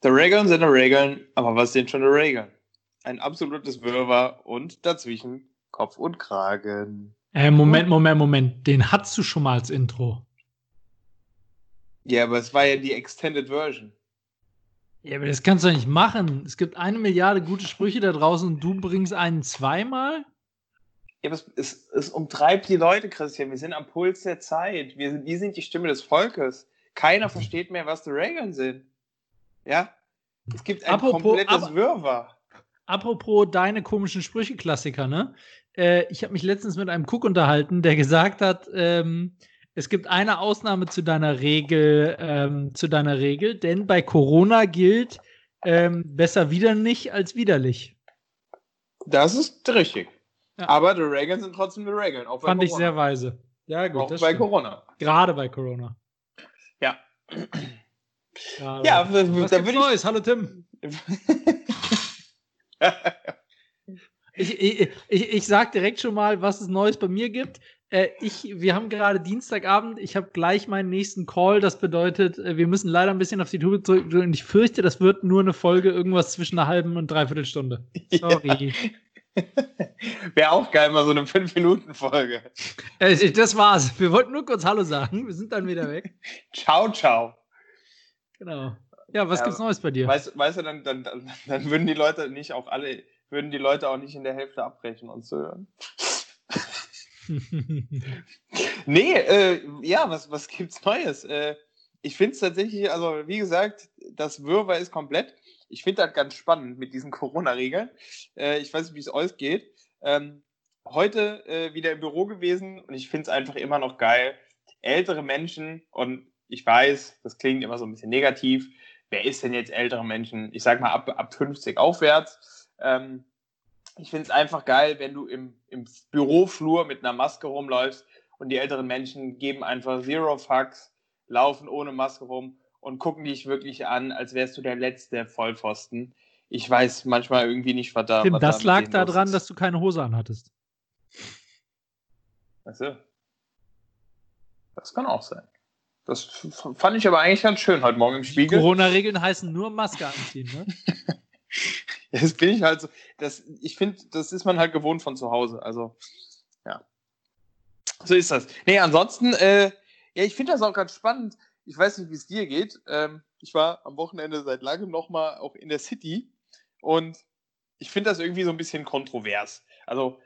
Die Regeln sind die Regeln, aber was sind schon die Regeln? Ein absolutes Wirrwarr und dazwischen Kopf und Kragen. Moment. Den hattest du schon mal als Intro. Ja, aber es war ja die Extended Version. Ja, aber das kannst du doch nicht machen. Es gibt 1 Milliarde gute Sprüche da draußen und du bringst einen zweimal? Ja, aber es umtreibt die Leute, Christian. Wir sind am Puls der Zeit. Wir sind die Stimme des Volkes. Keiner versteht mehr, was die Regeln sind. Ja? Es gibt ein komplettes Wirrwarr. Apropos deine komischen Sprüche-Klassiker, ne? Ich habe mich letztens mit einem Cook unterhalten, der gesagt hat, es gibt eine Ausnahme zu deiner Regel, denn bei Corona gilt besser wieder nicht als widerlich. Das ist richtig. Ja. Aber die Regeln sind trotzdem die Regeln. Auch bei Fand Corona. Ich sehr weise. Ja, gut. Auch das bei stimmt. Corona. Gerade bei Corona. Ja. Ja, was gibt's Neues? Hallo Tim. Ich sag direkt schon mal, was es Neues bei mir gibt. Wir haben gerade Dienstagabend, ich habe gleich meinen nächsten Call, das bedeutet, wir müssen leider ein bisschen auf die Tube drücken und ich fürchte, das wird nur eine Folge irgendwas zwischen einer halben und dreiviertel Stunde. Sorry. Ja. Wäre auch geil, mal so eine 5-Minuten-Folge. Das war's. Wir wollten nur kurz Hallo sagen, wir sind dann wieder weg. Ciao. Genau. Ja, was gibt's Neues bei dir? Weißt du, dann würden die Leute auch nicht in der Hälfte abbrechen, uns zu hören. Nee, was gibt's Neues? Ich finde es tatsächlich, also wie gesagt, das Wirrwarr ist komplett. Ich finde das ganz spannend mit diesen Corona-Regeln. Ich weiß nicht, wie es euch geht. Heute wieder im Büro gewesen und ich finde es einfach immer noch geil. Ältere Menschen, und ich weiß, das klingt immer so ein bisschen negativ. Wer ist denn jetzt ältere Menschen? Ich sag mal ab 50 aufwärts. Ich finde es einfach geil, wenn du im Büroflur mit einer Maske rumläufst und die älteren Menschen geben einfach zero fucks, laufen ohne Maske rum und gucken dich wirklich an, als wärst du der letzte Vollpfosten. Ich weiß manchmal irgendwie nicht, was da Tim, das lag daran, dass du keine Hose anhattest. Weißt das kann auch sein. Das fand ich aber eigentlich ganz schön heute Morgen im Spiegel. Corona-Regeln heißen nur Maske anziehen, ne? Das bin ich halt so. Ich finde, das ist man halt gewohnt von zu Hause. Also, ja. So ist das. Nee, ansonsten, ich finde das auch ganz spannend. Ich weiß nicht, wie es dir geht. Ich war am Wochenende seit langem nochmal auch in der City und ich finde das irgendwie so ein bisschen kontrovers. Also,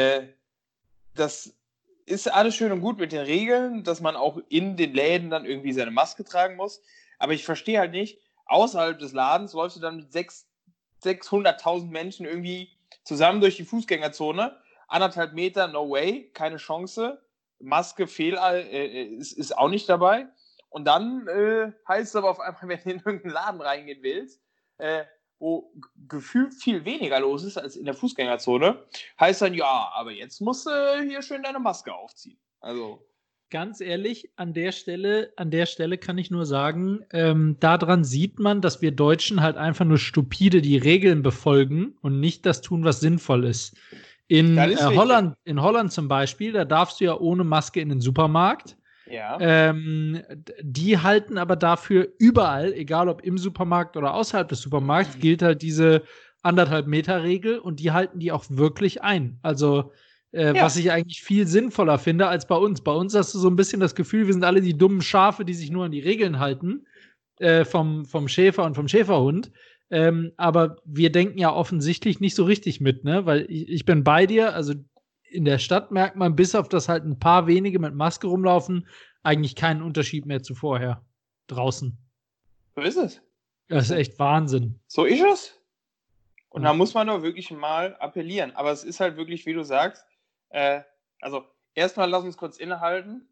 das ist alles schön und gut mit den Regeln, dass man auch in den Läden dann irgendwie seine Maske tragen muss. Aber ich verstehe halt nicht, außerhalb des Ladens läufst du dann mit 600.000 Menschen irgendwie zusammen durch die Fußgängerzone. 1,5 Meter, no way, keine Chance. Maske ist auch nicht dabei. Und dann heißt es aber auf einmal, wenn du in irgendeinen Laden reingehen willst, wo gefühlt viel weniger los ist als in der Fußgängerzone, heißt dann, ja, aber jetzt musst du hier schön deine Maske aufziehen. Also ganz ehrlich, an der Stelle kann ich nur sagen, daran sieht man, dass wir Deutschen halt einfach nur stupide die Regeln befolgen und nicht das tun, was sinnvoll ist. In Holland zum Beispiel, da darfst du ja ohne Maske in den Supermarkt. Ja. Die halten aber dafür überall, egal ob im Supermarkt oder außerhalb des Supermarkts, gilt halt diese 1,5 Meter Regel und die halten die auch wirklich ein. Also was ich eigentlich viel sinnvoller finde als bei uns. Bei uns hast du so ein bisschen das Gefühl, wir sind alle die dummen Schafe, die sich nur an die Regeln halten, vom Schäfer und vom Schäferhund. Aber wir denken ja offensichtlich nicht so richtig mit, ne? Weil ich bin bei dir, also in der Stadt merkt man, bis auf das halt ein paar wenige mit Maske rumlaufen, eigentlich keinen Unterschied mehr zu vorher. Draußen. So ist es. Das ist echt Wahnsinn. So ist es. Und da muss man doch wirklich mal appellieren. Aber es ist halt wirklich, wie du sagst, also erstmal lass uns kurz innehalten.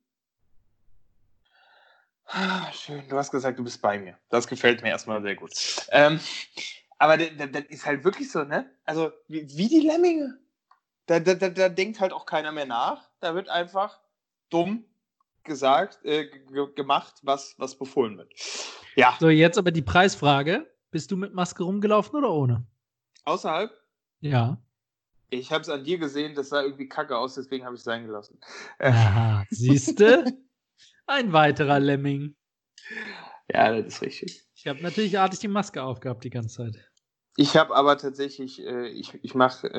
Schön, du hast gesagt, du bist bei mir. Das gefällt mir erstmal sehr gut. Aber das ist halt wirklich so, ne? Also wie die Lemminge. Da denkt halt auch keiner mehr nach. Da wird einfach dumm gesagt, gemacht, was befohlen wird. Ja. So, jetzt aber die Preisfrage. Bist du mit Maske rumgelaufen oder ohne? Außerhalb? Ja. Ich habe es an dir gesehen, das sah irgendwie kacke aus, deswegen habe ich es sein gelassen. Aha, siehste? Ein weiterer Lemming. Ja, das ist richtig. Ich habe natürlich artig die Maske aufgehabt die ganze Zeit. Ich habe aber tatsächlich, ich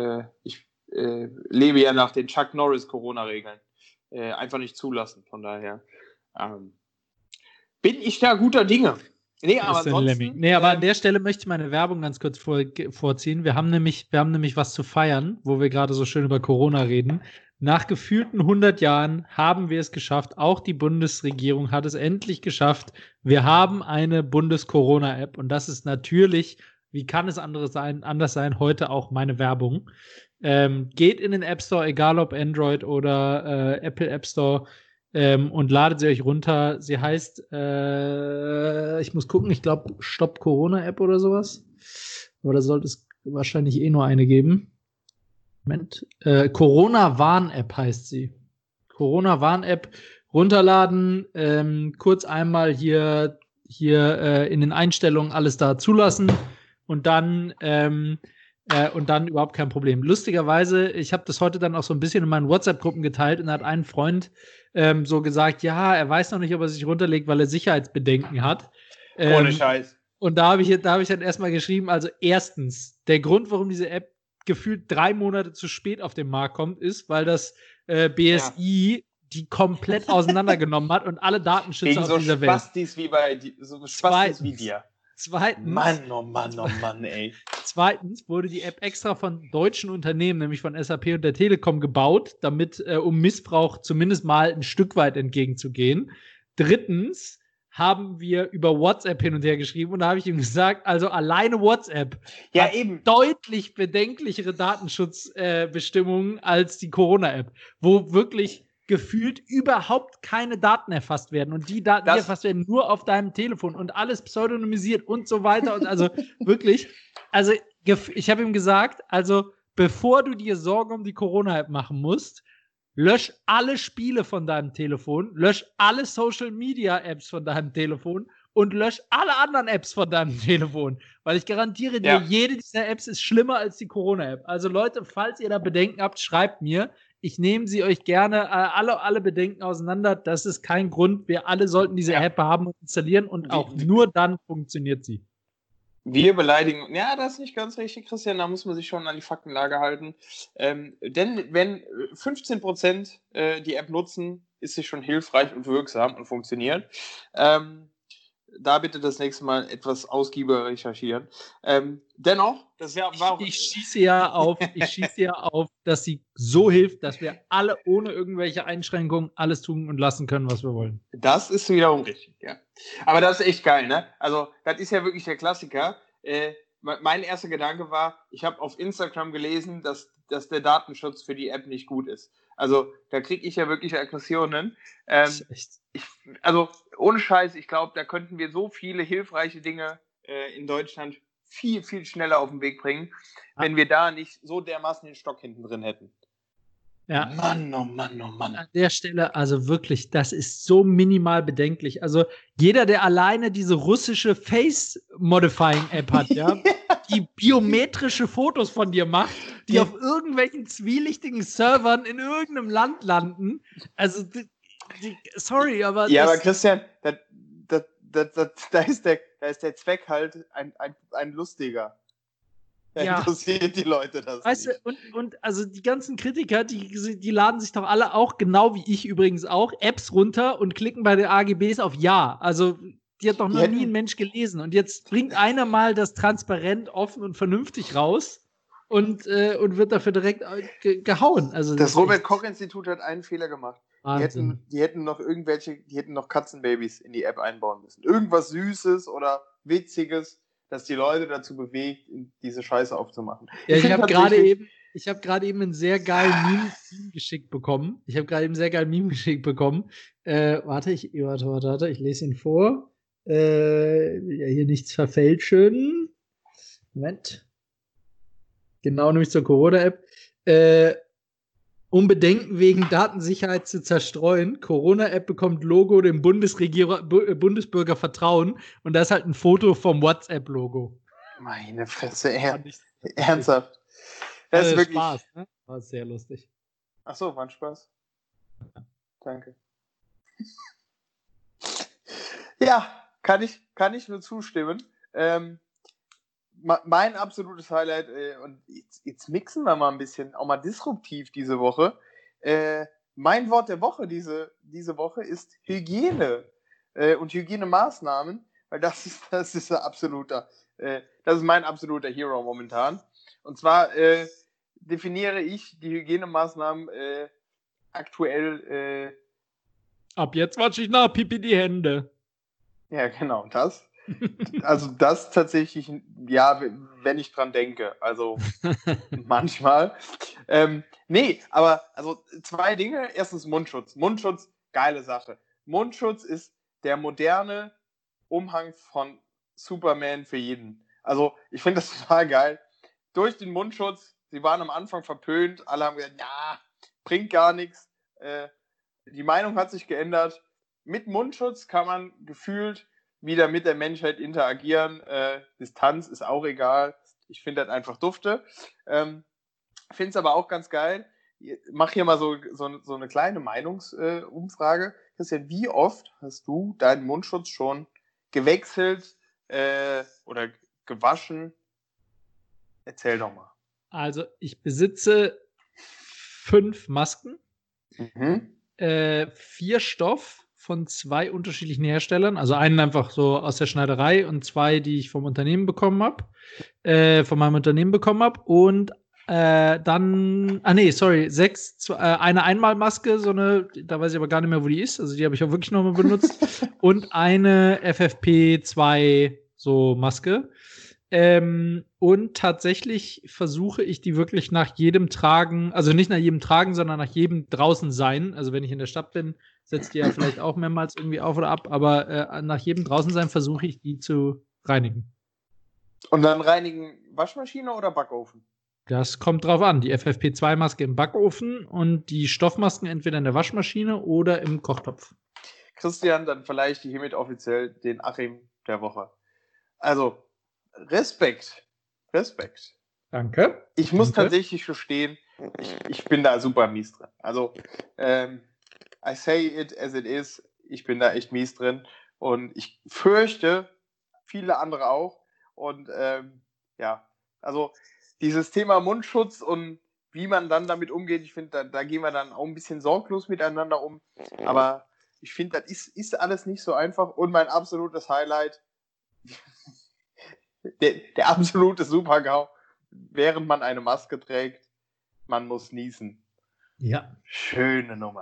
lebe ja nach den Chuck Norris Corona-Regeln. Einfach nicht zulassen, von daher bin ich da guter Dinge. Nee, aber ansonsten, Nee, aber an der Stelle möchte ich meine Werbung ganz kurz vorziehen. Wir haben nämlich was zu feiern, wo wir gerade so schön über Corona reden. Nach gefühlten 100 Jahren haben wir es geschafft. Auch die Bundesregierung hat es endlich geschafft. Wir haben eine Bundes-Corona-App und das ist natürlich, wie kann es anders sein, heute auch meine Werbung. Geht in den App Store, egal ob Android oder Apple App Store. Und ladet sie euch runter. Sie heißt, ich muss gucken, ich glaube, Stopp Corona-App oder sowas. Aber da sollte es wahrscheinlich nur eine geben. Moment. Corona-Warn-App heißt sie. Corona-Warn-App runterladen, kurz einmal hier in den Einstellungen alles da zulassen und dann überhaupt kein Problem. Lustigerweise, ich habe das heute dann auch so ein bisschen in meinen WhatsApp-Gruppen geteilt und da hat ein Freund so gesagt, ja, er weiß noch nicht, ob er sich runterlegt, weil er Sicherheitsbedenken hat. Ohne Scheiß. Und da habe ich dann erstmal geschrieben, also erstens, der Grund, warum diese App gefühlt 3 Monate zu spät auf den Markt kommt, ist, weil das BSI die komplett auseinandergenommen hat und alle Datenschützer auf dieser Welt. So Spastis wie dir. Zweitens, Mann, oh Mann, ey. Zweitens wurde die App extra von deutschen Unternehmen, nämlich von SAP und der Telekom, gebaut, damit, um Missbrauch zumindest mal ein Stück weit entgegenzugehen. Drittens haben wir über WhatsApp hin und her geschrieben und da habe ich ihm gesagt, also alleine WhatsApp hat eben deutlich bedenklichere Datenschutzbestimmungen als die Corona-App, wo wirklich gefühlt überhaupt keine Daten erfasst werden. Und die Daten, die erfasst werden, nur auf deinem Telefon und alles pseudonymisiert und so weiter. Und also wirklich, also ich habe ihm gesagt, also bevor du dir Sorgen um die Corona-App machen musst, lösch alle Spiele von deinem Telefon, lösch alle Social-Media-Apps von deinem Telefon und lösch alle anderen Apps von deinem Telefon. Weil ich garantiere dir, jede dieser Apps ist schlimmer als die Corona-App. Also Leute, falls ihr da Bedenken habt, schreibt mir. Ich nehme sie euch gerne alle Bedenken auseinander. Das ist kein Grund. Wir alle sollten diese App haben und installieren und auch nur dann funktioniert sie. Wir beleidigen, ja, das ist nicht ganz richtig, Christian, da muss man sich schon an die Faktenlage halten. Denn wenn 15% die App nutzen, ist sie schon hilfreich und wirksam und funktioniert. Da bitte das nächste Mal etwas ausgiebiger recherchieren. Dennoch, das ich schieße ja auf, dass sie so hilft, dass wir alle ohne irgendwelche Einschränkungen alles tun und lassen können, was wir wollen. Das ist wiederum richtig, ja. Aber das ist echt geil, ne? Also, das ist ja wirklich der Klassiker. Mein erster Gedanke war, ich habe auf Instagram gelesen, dass der Datenschutz für die App nicht gut ist. Also, da kriege ich ja wirklich Aggressionen. Also, ohne Scheiß, ich glaube, da könnten wir so viele hilfreiche Dinge in Deutschland viel, viel schneller auf den Weg bringen, wenn wir da nicht so dermaßen den Stock hinten drin hätten. Ja. Mann, oh Mann, oh Mann. An der Stelle, also wirklich, das ist so minimal bedenklich. Also jeder, der alleine diese russische Face-Modifying-App hat, ja, die biometrische Fotos von dir macht, die auf irgendwelchen zwielichtigen Servern in irgendeinem Land landen. Also, sorry, aber. Ja, aber Christian, da ist der Zweck halt ein lustiger. Ja. Interessiert die Leute das weißt nicht. Du, und also die ganzen Kritiker, die laden sich doch alle auch, genau wie ich übrigens auch, Apps runter und klicken bei den AGBs auf Ja. Also die hat doch noch nie ein Mensch gelesen. Und jetzt bringt einer mal das transparent, offen und vernünftig raus und wird dafür direkt gehauen. Also das Robert-Koch-Institut hat einen Fehler gemacht. Die hätten noch Katzenbabys in die App einbauen müssen. Irgendwas Süßes oder Witziges, das die Leute dazu bewegt, diese Scheiße aufzumachen. Ja, ich habe gerade eben einen sehr geilen Meme geschickt bekommen. Warte, ich lese ihn vor. Hier nichts verfälschen. Moment. Genau, nämlich zur Corona-App. Um Bedenken wegen Datensicherheit zu zerstreuen, Corona-App bekommt Logo, dem Bundesbürger vertrauen. Und da ist halt ein Foto vom WhatsApp-Logo. Meine Fresse, ernsthaft. Das ist wirklich Spaß, ne? War sehr lustig. Ach so, war ein Spaß. Danke. Ja, kann ich nur zustimmen. Mein absolutes Highlight, und jetzt mixen wir mal ein bisschen, auch mal disruptiv diese Woche. Mein Wort der Woche diese Woche ist Hygiene und Hygienemaßnahmen, weil das ist mein absoluter Hero momentan. Und zwar definiere ich die Hygienemaßnahmen aktuell. Ab jetzt wasche ich nach Pipi die Hände. Ja, genau, das. Also das tatsächlich, ja, wenn ich dran denke. Also manchmal. Nee, aber also 2 Dinge. Erstens Mundschutz. Mundschutz, geile Sache. Mundschutz ist der moderne Umhang von Superman für jeden. Also ich finde das total geil. Durch den Mundschutz, sie waren am Anfang verpönt, alle haben gesagt, ja, bringt gar nichts. Die Meinung hat sich geändert. Mit Mundschutz kann man gefühlt wieder mit der Menschheit interagieren. Distanz ist auch egal. Ich finde das einfach dufte. Finde es aber auch ganz geil. Mach hier mal so eine kleine Meinungsumfrage. Christian, wie oft hast du deinen Mundschutz schon gewechselt oder gewaschen? Erzähl doch mal. Also ich besitze 5 Masken, 4 Stoff von 2 unterschiedlichen Herstellern, also einen einfach so aus der Schneiderei und 2, die ich vom Unternehmen bekommen habe, von meinem Unternehmen bekommen habe und dann, 6, eine Einmalmaske, so eine, da weiß ich aber gar nicht mehr, wo die ist, also die habe ich auch wirklich nochmal benutzt und eine FFP2 so Maske. Und tatsächlich versuche ich die wirklich nach jedem Tragen, also nicht nach jedem Tragen, sondern nach jedem draußen sein. Also wenn ich in der Stadt bin, setzt die ja vielleicht auch mehrmals irgendwie auf oder ab, aber nach jedem draußen sein versuche ich die zu reinigen. Und dann reinigen Waschmaschine oder Backofen? Das kommt drauf an. Die FFP2-Maske im Backofen und die Stoffmasken entweder in der Waschmaschine oder im Kochtopf. Christian, dann vielleicht hiermit offiziell den Achim der Woche. Also, Respekt. Danke. Ich muss tatsächlich gestehen, ich bin da super mies drin. Also, I say it as it is. Ich bin da echt mies drin. Und ich fürchte, viele andere auch. Und ja, also dieses Thema Mundschutz und wie man dann damit umgeht, ich finde, da gehen wir dann auch ein bisschen sorglos miteinander um. Aber ich finde, das ist alles nicht so einfach. Und mein absolutes Highlight, der absolute Super-GAU, während man eine Maske trägt, man muss niesen. Ja. Schöne Nummer.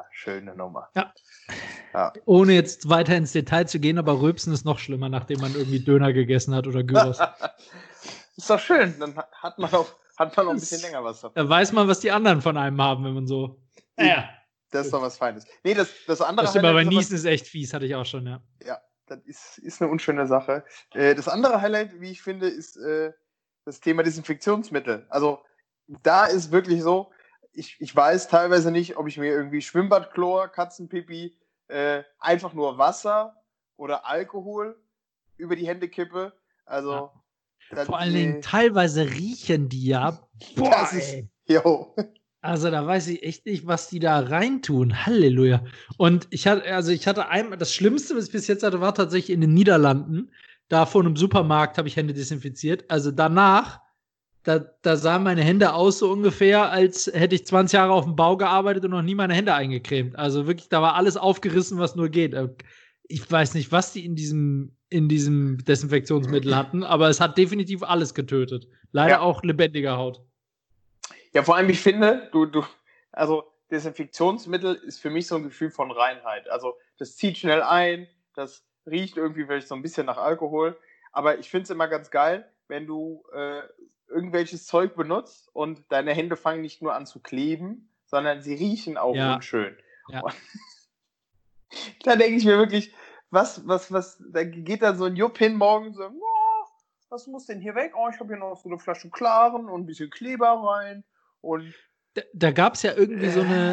Ja. Ohne jetzt weiter ins Detail zu gehen, aber Rülpsen ist noch schlimmer, nachdem man irgendwie Döner gegessen hat oder Gyros. Ist doch schön, dann hat man noch ein bisschen länger was davon. Da weiß man, was die anderen von einem haben, wenn man so. Ja. Das ist doch was Feines. Nee, das andere. Das aber bei Niesen ist echt fies, hatte ich auch schon, ja. Ja, das ist eine unschöne Sache. Das andere Highlight, wie ich finde, ist das Thema Desinfektionsmittel. Also da ist wirklich so, ich weiß teilweise nicht, ob ich mir irgendwie Schwimmbadchlor, Katzenpipi, einfach nur Wasser oder Alkohol über die Hände kippe. Also ja. Vor allen Dingen teilweise riechen die ja. Boah, das ist, yo. Also da weiß ich echt nicht, was die da reintun. Halleluja. Und ich hatte einmal, das Schlimmste, was ich bis jetzt hatte, war tatsächlich in den Niederlanden. Da vor einem Supermarkt habe ich Hände desinfiziert. Also danach, da sahen meine Hände aus so ungefähr, als hätte ich 20 Jahre auf dem Bau gearbeitet und noch nie meine Hände eingecremt. Also wirklich, da war alles aufgerissen, was nur geht. Ich weiß nicht, was die in diesem Desinfektionsmittel hatten, aber es hat definitiv alles getötet. Leider auch lebendige Haut. Ja, vor allem, ich finde, also Desinfektionsmittel ist für mich so ein Gefühl von Reinheit. Also das zieht schnell ein, das riecht irgendwie vielleicht so ein bisschen nach Alkohol, aber ich finde es immer ganz geil, wenn du irgendwelches Zeug benutzt und deine Hände fangen nicht nur an zu kleben, sondern sie riechen auch unschön. Ja. Da denke ich mir wirklich, da geht dann so ein Jupp hin morgen und sagt, was muss denn hier weg? Oh, ich habe hier noch so eine Flasche Klaren und ein bisschen Kleber rein. Und da gab es ja irgendwie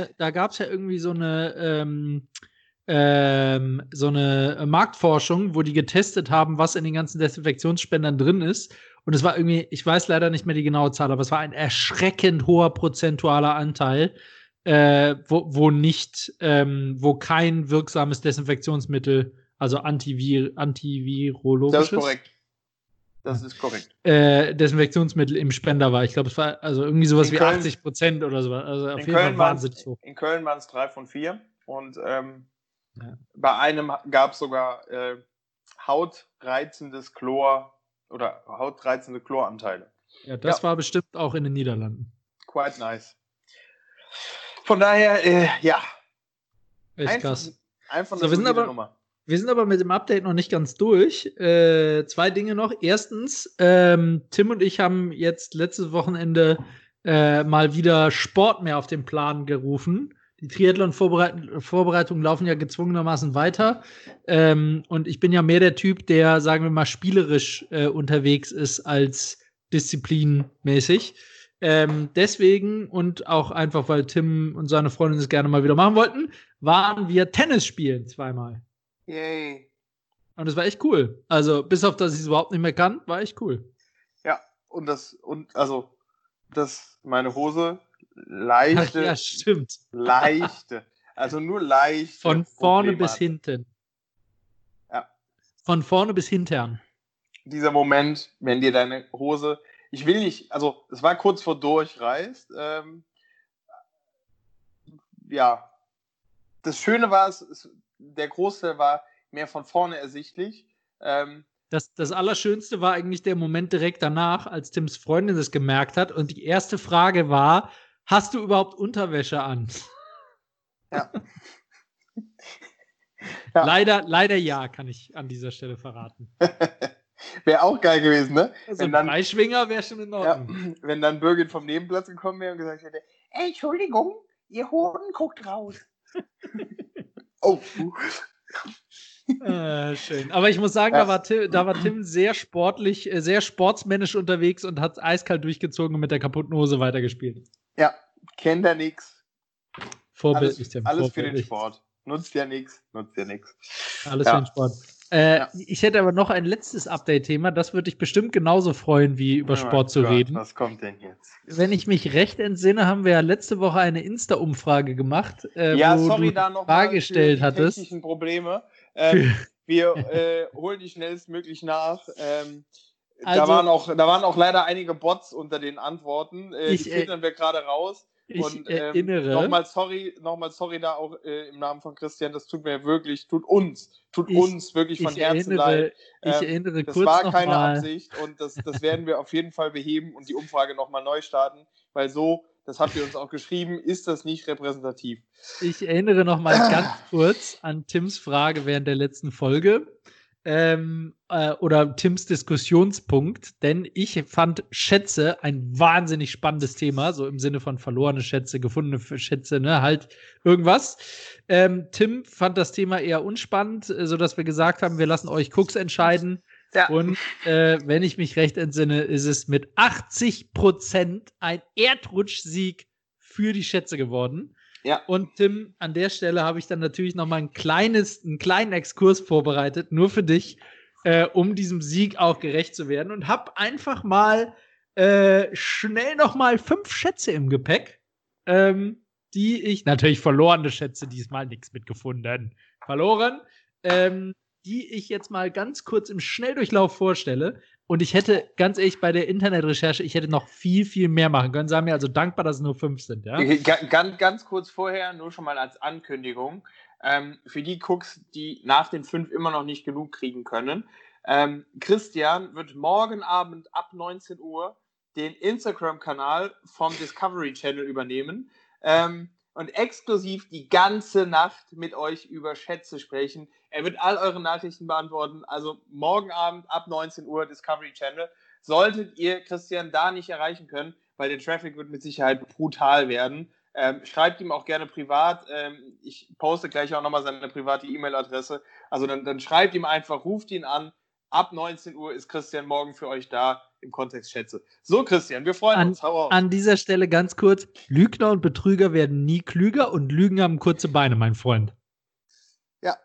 so eine Marktforschung, wo die getestet haben, was in den ganzen Desinfektionsspendern drin ist. Und es war irgendwie, ich weiß leider nicht mehr die genaue Zahl, aber es war ein erschreckend hoher prozentualer Anteil, wo kein wirksames Desinfektionsmittel, Also antivirologisches. Das ist korrekt. Das ist korrekt. Desinfektionsmittel im Spender war. Ich glaube, es war also irgendwie sowas wie Köln, 80% oder sowas. Also auf jeden Fall wahnsinnig hoch. In Köln waren es 3 von 4 und bei einem gab es sogar hautreizendes Chlor oder hautreizende Chloranteile. Ja, das war bestimmt auch in den Niederlanden. Quite nice. Von daher, ja. Echt krass. Einfach eine solide Nummer. Wir sind aber mit dem Update noch nicht ganz durch. 2 Dinge noch. Erstens, Tim und ich haben jetzt letztes Wochenende mal wieder Sport mehr auf den Plan gerufen. Die Triathlon-Vorbereitungen laufen ja gezwungenermaßen weiter. Und ich bin ja mehr der Typ, der, sagen wir mal, spielerisch unterwegs ist als disziplinmäßig. Deswegen und auch einfach, weil Tim und seine Freundin es gerne mal wieder machen wollten, waren wir Tennis spielen 2-mal. Yay. Und das war echt cool. Also, bis auf, dass ich es überhaupt nicht mehr kann, war echt cool. Ja, meine Hose, leichte. Ach ja, stimmt. Leichte. Also nur leicht. Von vorne bis hinten. Ja. Von vorne bis hintern. Dieser Moment, wenn dir deine Hose, ich will nicht, also es war kurz vor durchreißt. Ja. Das Schöne war, der Großteil war mehr von vorne ersichtlich. Das Allerschönste war eigentlich der Moment direkt danach, als Tims Freundin das gemerkt hat. Und die erste Frage war, hast du überhaupt Unterwäsche an? Ja. Ja. Leider ja, kann ich an dieser Stelle verraten. Wäre auch geil gewesen, ne? Also ein Freischwinger wäre schon in Ordnung. Ja, wenn dann Birgit vom Nebenplatz gekommen wäre und gesagt hätte, ey, Entschuldigung, ihr Hoden guckt raus. Oh. Schön. Aber ich muss sagen, da war Tim sehr sportlich, sehr sportsmännisch unterwegs und hat eiskalt durchgezogen und mit der kaputten Hose weitergespielt. Ja, kennt er nix. Vorbildlich, Tim. Alles für den Sport. Nutzt ja nichts. Alles für den Sport. Ich hätte aber noch ein letztes Update-Thema. Das würde dich bestimmt genauso freuen, wie über Sport zu reden. Was kommt denn jetzt? Wenn ich mich recht entsinne, haben wir ja letzte Woche eine Insta-Umfrage gemacht, wo du da noch Frage gestellt hattest. Technischen Probleme. Wir holen die schnellstmöglich nach. Da waren auch leider einige Bots unter den Antworten. Die filtern wir gerade raus. Ich erinnere. Nochmal sorry da auch im Namen von Christian, das tut uns wirklich von Herzen leid. Ich erinnere das kurz war noch keine mal. Absicht und das werden wir auf jeden Fall beheben und die Umfrage nochmal neu starten, weil so, das habt ihr uns auch geschrieben, ist das nicht repräsentativ. Ich erinnere noch mal ganz kurz an Tims Frage während der letzten Folge. Oder Tims Diskussionspunkt, denn ich fand Schätze ein wahnsinnig spannendes Thema, so im Sinne von verlorene Schätze, gefundene Schätze, ne, halt irgendwas. Tim fand das Thema eher unspannend, sodass wir gesagt haben, wir lassen euch Cooks entscheiden. Ja. Und wenn ich mich recht entsinne, ist es mit 80% ein Erdrutschsieg für die Schätze geworden. Ja. Und Tim, an der Stelle habe ich dann natürlich noch mal einen kleinen Exkurs vorbereitet, nur für dich, um diesem Sieg auch gerecht zu werden. Und habe einfach mal schnell noch mal 5 Schätze im Gepäck, die ich, natürlich verlorene Schätze, diesmal nichts mitgefunden, verloren, die ich jetzt mal ganz kurz im Schnelldurchlauf vorstelle. Und ich hätte, ganz ehrlich, bei der Internetrecherche, ich hätte noch viel, viel mehr machen können. Sei mir also dankbar, dass es nur 5 sind. Ja? Ganz kurz vorher, nur schon mal als Ankündigung, für die Cooks, die nach den 5 immer noch nicht genug kriegen können. Christian wird morgen Abend ab 19 Uhr den Instagram-Kanal vom Discovery Channel übernehmen und exklusiv die ganze Nacht mit euch über Schätze sprechen. Er wird all eure Nachrichten beantworten. Also morgen Abend ab 19 Uhr Discovery Channel. Solltet ihr Christian da nicht erreichen können, weil der Traffic wird mit Sicherheit brutal werden, schreibt ihm auch gerne privat. Ich poste gleich auch nochmal seine private E-Mail-Adresse. Also dann schreibt ihm einfach, ruft ihn an. Ab 19 Uhr ist Christian morgen für euch da im Kontext Schätze. So, Christian, wir freuen uns. Hau auf. An dieser Stelle ganz kurz: Lügner und Betrüger werden nie klüger und Lügen haben kurze Beine, mein Freund. Ja.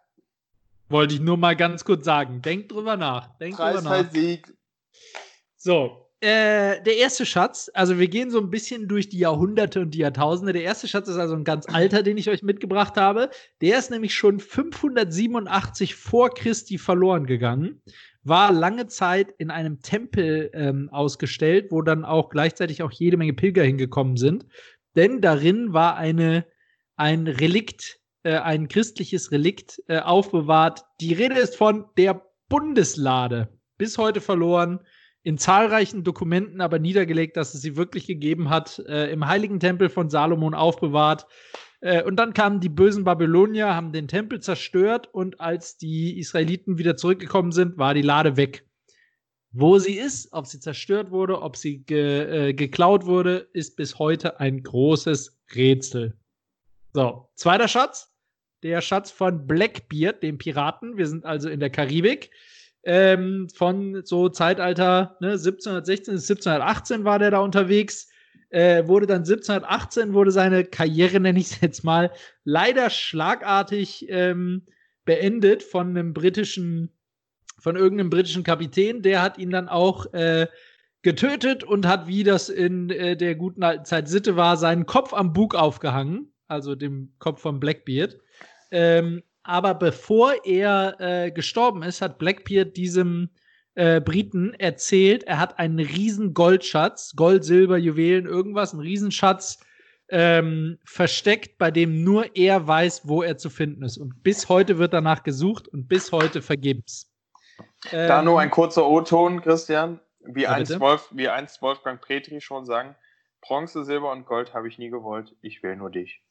Wollte ich nur mal ganz kurz sagen. Denkt drüber nach. Preis halt Sieg. So, der erste Schatz, also wir gehen so ein bisschen durch die Jahrhunderte und die Jahrtausende. Der erste Schatz ist also ein ganz alter, den ich euch mitgebracht habe. Der ist nämlich schon 587 vor Christi verloren gegangen. War lange Zeit in einem Tempel ausgestellt, wo dann auch gleichzeitig auch jede Menge Pilger hingekommen sind. Denn darin war ein Relikt, ein christliches Relikt aufbewahrt. Die Rede ist von der Bundeslade. Bis heute verloren. In zahlreichen Dokumenten aber niedergelegt, dass es sie wirklich gegeben hat, im Heiligen Tempel von Salomon aufbewahrt. Und dann kamen die bösen Babylonier, haben den Tempel zerstört und als die Israeliten wieder zurückgekommen sind, war die Lade weg. Wo sie ist, ob sie zerstört wurde, ob sie geklaut wurde, ist bis heute ein großes Rätsel. So, zweiter Schatz, der Schatz von Blackbeard, dem Piraten. Wir sind also in der Karibik. Von so Zeitalter 1716 bis 1718 war der da unterwegs. Wurde dann 1718 wurde seine Karriere, nenne ich es jetzt mal, leider schlagartig beendet von irgendeinem britischen Kapitän. Der hat ihn dann auch getötet und hat, wie das in der guten alten Zeit Sitte war, seinen Kopf am Bug aufgehangen, also dem Kopf von Blackbeard. Aber bevor er gestorben ist, hat Blackbeard diesem Briten erzählt, er hat einen riesen Goldschatz, Gold, Silber, Juwelen, irgendwas, einen Riesenschatz versteckt, bei dem nur er weiß, wo er zu finden ist. Und bis heute wird danach gesucht und bis heute vergebens. Da nur ein kurzer O-Ton, Christian. Wie Ja, einst Wolfgang Petri schon sang, Bronze, Silber und Gold habe ich nie gewollt, ich will nur dich.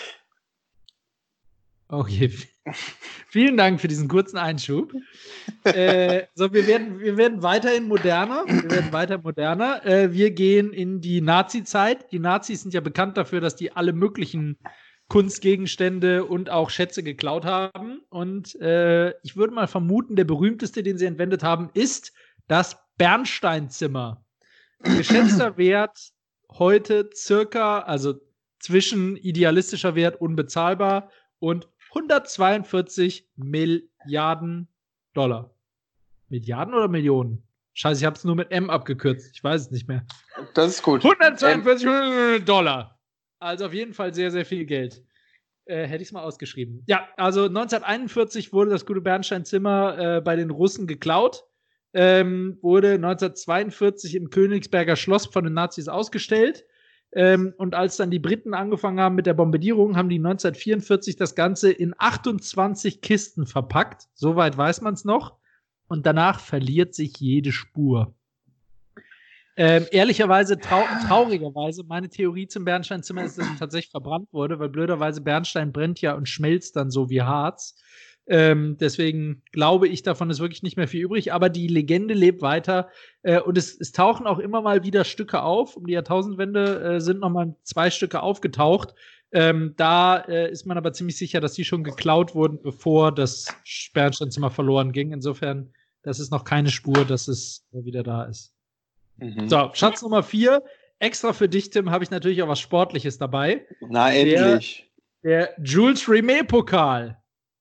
Okay, vielen Dank für diesen kurzen Einschub. So, wir werden weiterhin moderner. Wir gehen in die Nazi-Zeit. Die Nazis sind ja bekannt dafür, dass die alle möglichen Kunstgegenstände und auch Schätze geklaut haben. Und ich würde mal vermuten, der berühmteste, den sie entwendet haben, ist das Bernsteinzimmer. Geschätzter Wert heute circa, also zwischen idealistischer Wert unbezahlbar und 142 Milliarden $. Milliarden oder Millionen? Scheiße, ich habe es nur mit M abgekürzt. Ich weiß es nicht mehr. Das ist gut. 142 $. Also auf jeden Fall sehr, sehr viel Geld. Hätte ich es mal ausgeschrieben. Ja, also 1941 wurde das gute Bernsteinzimmer bei den Russen geklaut. Wurde 1942 im Königsberger Schloss von den Nazis ausgestellt. Und als dann die Briten angefangen haben mit der Bombardierung, haben die 1944 das Ganze in 28 Kisten verpackt. Soweit weiß man es noch. Und danach verliert sich jede Spur. Ehrlicherweise, traurigerweise, meine Theorie zum Bernsteinzimmer ist, dass es tatsächlich verbrannt wurde, weil blöderweise Bernstein brennt ja und schmelzt dann so wie Harz. Deswegen glaube ich, davon ist wirklich nicht mehr viel übrig, aber die Legende lebt weiter und es tauchen auch immer mal wieder Stücke auf. Um die Jahrtausendwende sind noch mal 2 Stücke aufgetaucht. Da ist man aber ziemlich sicher, dass die schon geklaut wurden, bevor das Bernsteinzimmer verloren ging. Insofern, das ist noch keine Spur, dass es wieder da ist. Mhm. So, Schatz Nummer 4. Extra für dich, Tim, habe ich natürlich auch was Sportliches dabei. Na, endlich. Der Jules Rimet-Pokal.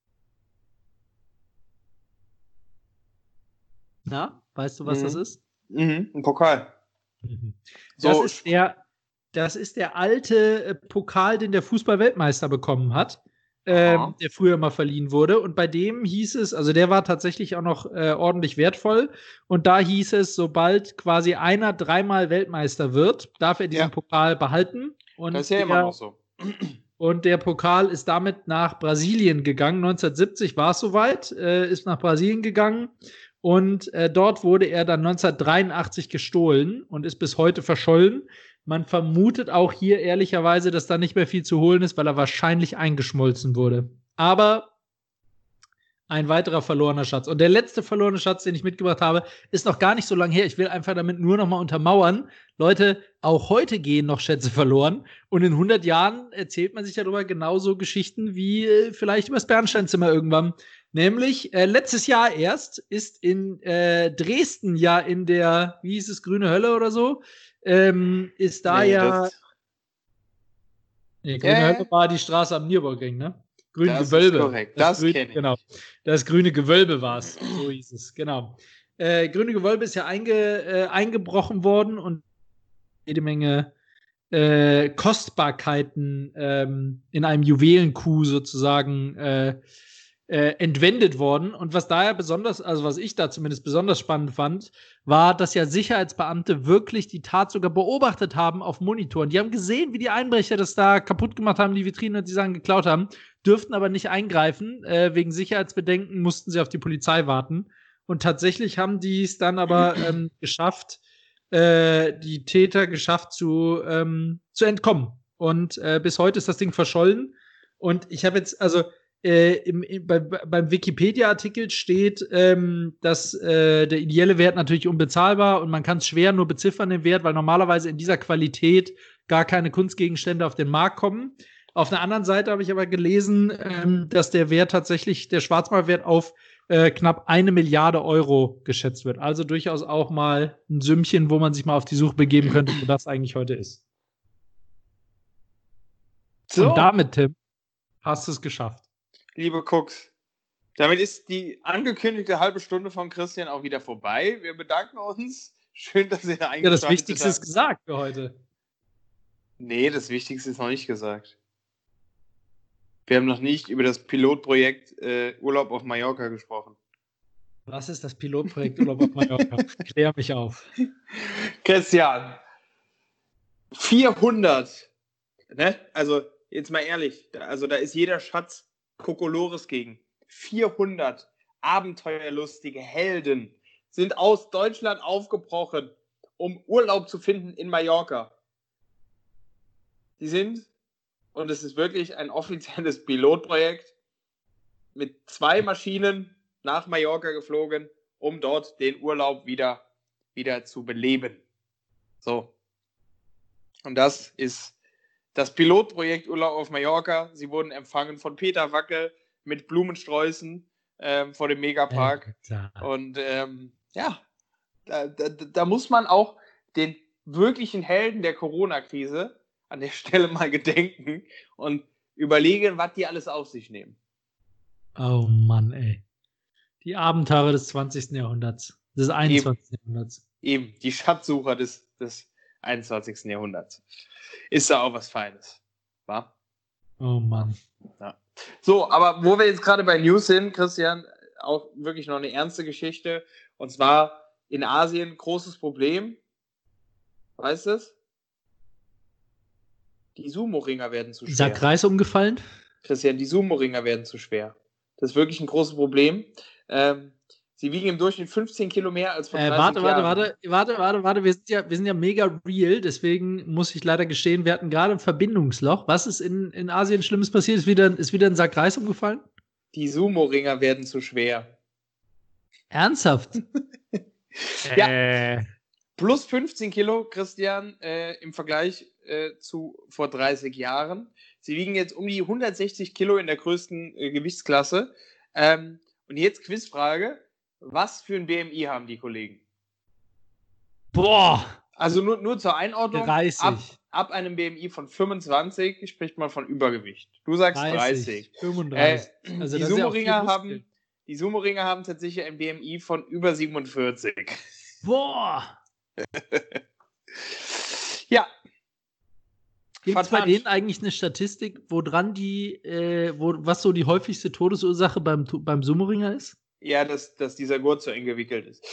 Na, weißt du, was das ist? Mhm, ein Pokal. Das ist der alte Pokal, den der Fußball-Weltmeister bekommen hat, der früher mal verliehen wurde. Und bei dem hieß es, also der war tatsächlich auch noch ordentlich wertvoll. Und da hieß es, sobald quasi einer 3-mal Weltmeister wird, darf er diesen Pokal behalten. Und das ist ja immer noch so. Und der Pokal ist damit nach Brasilien gegangen. 1970 war es soweit, ist nach Brasilien gegangen. Und dort wurde er dann 1983 gestohlen und ist bis heute verschollen. Man vermutet auch hier ehrlicherweise, dass da nicht mehr viel zu holen ist, weil er wahrscheinlich eingeschmolzen wurde. Aber ein weiterer verlorener Schatz. Und der letzte verlorene Schatz, den ich mitgebracht habe, ist noch gar nicht so lange her. Ich will einfach damit nur noch mal untermauern. Leute, auch heute gehen noch Schätze verloren. Und in 100 Jahren erzählt man sich darüber genauso Geschichten wie vielleicht über das Bernsteinzimmer irgendwann. Nämlich, letztes Jahr erst ist in Dresden ja in der, wie hieß es, Grüne Hölle oder so, ist da Grüne Hölle war die Straße am Nürburgring, ne? Grüne Gewölbe. Ist korrekt. Das kenne ich. Genau. Das grüne Gewölbe war es. So hieß es, genau. Grüne Gewölbe ist ja eingebrochen worden und jede Menge Kostbarkeiten in einem Juwelenkuh sozusagen entwendet worden. Und was daher besonders, also was ich da zumindest besonders spannend fand, war, dass ja Sicherheitsbeamte wirklich die Tat sogar beobachtet haben auf Monitoren. Die haben gesehen, wie die Einbrecher das da kaputt gemacht haben, die Vitrine und die Sachen geklaut haben, dürften aber nicht eingreifen. Wegen Sicherheitsbedenken mussten sie auf die Polizei warten. Und tatsächlich haben die es dann aber geschafft, die Täter geschafft zu entkommen. Und bis heute ist das Ding verschollen. Und ich habe jetzt, also beim Wikipedia-Artikel steht, dass der ideelle Wert natürlich unbezahlbar und man kann es schwer nur beziffern, den Wert, weil normalerweise in dieser Qualität gar keine Kunstgegenstände auf den Markt kommen. Auf der anderen Seite habe ich aber gelesen, dass der Wert tatsächlich, der Schwarzmarktwert auf knapp 1 Milliarde Euro geschätzt wird. Also durchaus auch mal ein Sümmchen, wo man sich mal auf die Suche begeben könnte, wo das eigentlich heute ist. So. Und damit, Tim, hast du es geschafft. Liebe Cooks, damit ist die angekündigte halbe Stunde von Christian auch wieder vorbei. Wir bedanken uns. Schön, dass ihr eingeschaltet habt. Ja, das Wichtigste ist gesagt für heute. Nee, das Wichtigste ist noch nicht gesagt. Wir haben noch nicht über das Pilotprojekt Urlaub auf Mallorca gesprochen. Was ist das Pilotprojekt Urlaub auf Mallorca? Klär mich auf. Christian, 400, ne? Also jetzt mal ehrlich, also da ist jeder Schatz Kokolores gegen. 400 abenteuerlustige Helden sind aus Deutschland aufgebrochen, um Urlaub zu finden in Mallorca. Die sind, und es ist wirklich ein offizielles Pilotprojekt, mit 2 Maschinen nach Mallorca geflogen, um dort den Urlaub wieder zu beleben. So. Und das ist das Pilotprojekt Urlaub auf Mallorca. Sie wurden empfangen von Peter Wackel mit Blumensträußen vor dem Megapark. Und ja, da muss man auch den wirklichen Helden der Corona-Krise an der Stelle mal gedenken und überlegen, was die alles auf sich nehmen. Oh Mann, ey. Die Abenteurer des 20. Jahrhunderts. Des 21. Jahrhunderts. Eben, die Schatzsucher des 21. Jahrhunderts. Ist da auch was Feines. Wa? Oh Mann. Ja. So, aber wo wir jetzt gerade bei News sind, Christian, auch wirklich noch eine ernste Geschichte. Und zwar in Asien großes Problem. Weißt du es? Die Sumo-Ringer werden zu schwer. Ist der Kreis umgefallen? Christian, die Sumo-Ringer werden zu schwer. Das ist wirklich ein großes Problem. Sie wiegen im Durchschnitt 15 Kilo mehr als vor 30 Jahren. Warte. Wir sind ja mega real, deswegen muss ich leider gestehen, wir hatten gerade ein Verbindungsloch. Was ist in Asien Schlimmes passiert? Ist wieder ein Sack Reis umgefallen? Die Sumo-Ringer werden zu schwer. Ernsthaft? Ja. Plus 15 Kilo, Christian, im Vergleich zu vor 30 Jahren. Sie wiegen jetzt um die 160 Kilo in der größten Gewichtsklasse. Und jetzt Quizfrage. Was für ein BMI haben die Kollegen? Boah! Also nur zur Einordnung. 30. Ab einem BMI von 25 spricht man von Übergewicht. Du sagst 30. 35. Also die Sumo-Ringer haben tatsächlich ein BMI von über 47. Boah! Ja. Gibt es bei denen eigentlich eine Statistik, was so die häufigste Todesursache beim Sumo-Ringer ist? Ja, dass dieser Gurt so eng gewickelt ist.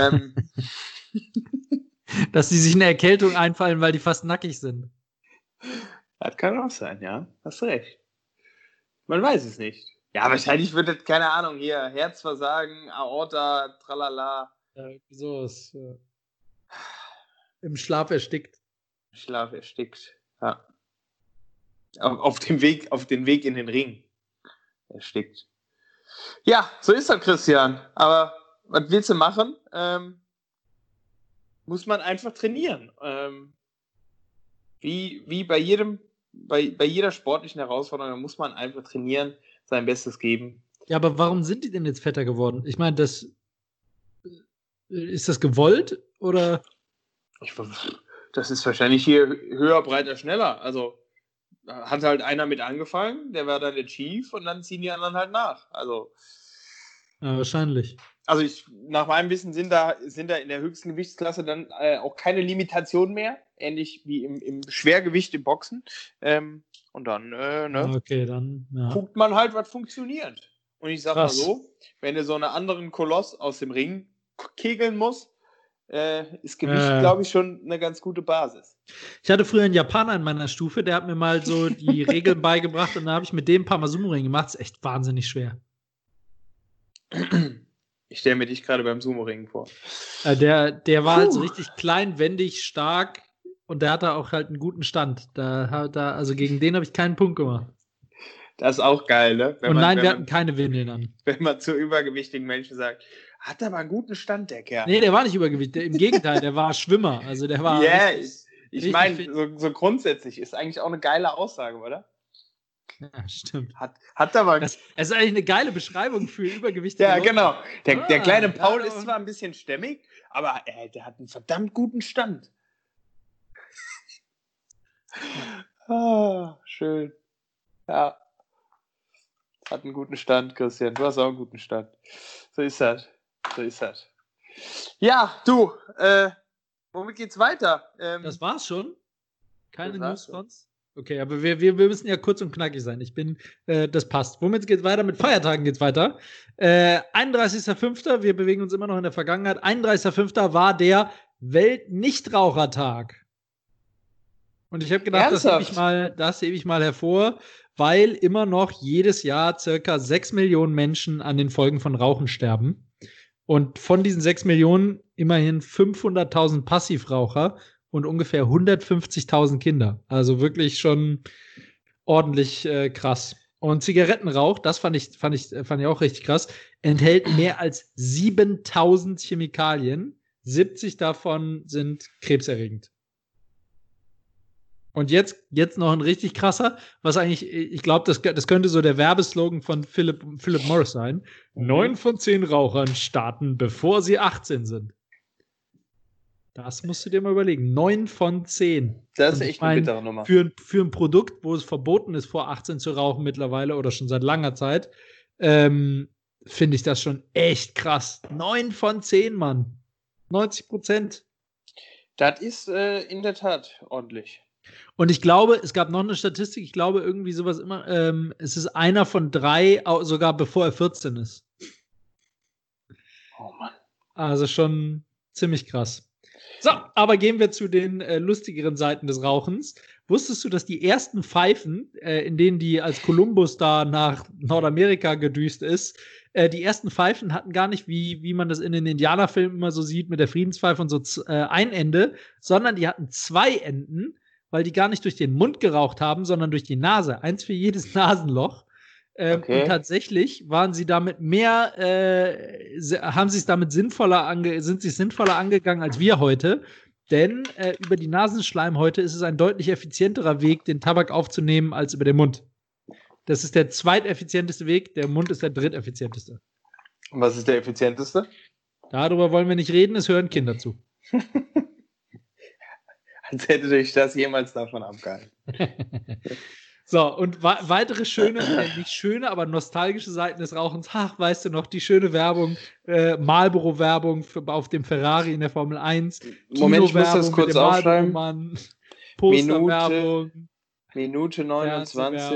Dass die sich eine Erkältung einfallen, weil die fast nackig sind. Das kann auch sein, ja. Hast recht. Man weiß es nicht. Ja, wahrscheinlich wird das, keine Ahnung, hier Herzversagen, Aorta, tralala. So ist im Schlaf erstickt. Schlaf erstickt, ja. Auf den Weg in den Ring erstickt. Ja, so ist das, Christian. Aber was willst du machen? Muss man einfach trainieren. Wie bei jeder sportlichen Herausforderung muss man einfach trainieren, sein Bestes geben. Ja, aber warum sind die denn jetzt fetter geworden? Ich meine, ist das gewollt oder? Das ist wahrscheinlich hier höher, breiter, schneller. Also hat halt einer mit angefangen, der war dann der Chief und dann ziehen die anderen halt nach. Also ja, wahrscheinlich. also nach meinem Wissen sind da in der höchsten Gewichtsklasse dann auch keine Limitationen mehr, ähnlich wie im Schwergewicht im Boxen. Und dann, ne? Okay, dann guckt man halt, was funktioniert. Und ich sag Krass. mal so, wenn du so einen anderen Koloss aus dem Ring kegeln musst, ist Gewicht, glaube ich, schon eine ganz gute Basis. Ich hatte früher einen Japaner in meiner Stufe, der hat mir mal so die Regeln beigebracht und dann habe ich mit dem ein paar Mal Sumo-Ring gemacht. Das ist echt wahnsinnig schwer. Ich stelle mir dich gerade beim Sumo-Ringen vor. Der war halt so richtig klein, wendig, stark und der hatte auch halt einen guten Stand. Also gegen den habe ich keinen Punkt gemacht. Das ist auch geil, ne? Wir hatten keine Windeln an. Wenn man zu übergewichtigen Menschen sagt, hat aber einen guten Stand, der Kerl. Nee, der war nicht übergewichtig. Im Gegenteil, der war Schwimmer. Also der war. Ja, ich meine, so grundsätzlich ist eigentlich auch eine geile Aussage, oder? Ja, stimmt. Hat aber. Das ist eigentlich eine geile Beschreibung für übergewichtige Ja, Leute. genau. Der kleine Paul ist zwar ein bisschen stämmig, aber der hat einen verdammt guten Stand. Schön. Ja. Hat einen guten Stand, Christian. Du hast auch einen guten Stand. So ist das. Ja, du, womit geht's weiter? Das war's schon? Keine News schon. sonst? Okay, aber wir müssen ja kurz und knackig sein. Das passt. Womit geht's weiter? Mit Feiertagen geht's weiter. 31.05., wir bewegen uns immer noch in der Vergangenheit. 31.05. war der Welt-Nichtrauchertag. Und ich habe gedacht, das hebe ich mal hervor, weil immer noch jedes Jahr circa 6 Millionen Menschen an den Folgen von Rauchen sterben. Und von diesen 6 Millionen immerhin 500.000 Passivraucher und ungefähr 150.000 Kinder. Also wirklich schon ordentlich krass. Und Zigarettenrauch, das fand ich auch richtig krass, enthält mehr als 7.000 Chemikalien. 70 davon sind krebserregend. Und jetzt noch ein richtig krasser, was eigentlich, ich glaube, das könnte so der Werbeslogan von Philip Morris sein. 9 von 10 Rauchern starten, bevor sie 18 sind. Das musst du dir mal überlegen. 9 von 10. Das ist echt eine bittere Nummer. Für ein Produkt, wo es verboten ist, vor 18 zu rauchen mittlerweile oder schon seit langer Zeit, finde ich das schon echt krass. 9 von 10, Mann. 90%. Das ist in der Tat ordentlich. Und ich glaube, es gab noch eine Statistik, ich glaube irgendwie sowas immer, es ist einer von 3, sogar bevor er 14 ist. Oh Mann. Also schon ziemlich krass. So, aber gehen wir zu den lustigeren Seiten des Rauchens. Wusstest du, dass die ersten Pfeifen, in denen die als Kolumbus da nach Nordamerika gedüst ist, die ersten Pfeifen hatten gar nicht, wie man das in den Indianerfilmen immer so sieht, mit der Friedenspfeife und so ein Ende, sondern die hatten 2 Enden, weil die gar nicht durch den Mund geraucht haben, sondern durch die Nase. 1 für jedes Nasenloch. Okay. Und tatsächlich waren sie damit sind sie sinnvoller angegangen als wir heute. Denn über die Nasenschleimhäute ist es ein deutlich effizienterer Weg, den Tabak aufzunehmen, als über den Mund. Das ist der zweiteffizienteste Weg, der Mund ist der dritteffizienteste. Und was ist der effizienteste? Darüber wollen wir nicht reden, es hören Kinder zu. Als hätte dich das jemals davon abgehalten. So, und weitere schöne, nicht schöne, aber nostalgische Seiten des Rauchens. Ach, weißt du noch, die schöne Werbung, Marlboro-Werbung auf dem Ferrari in der Formel 1. Moment, ich muss das kurz aufschreiben. Posterwerbung. Minute 29.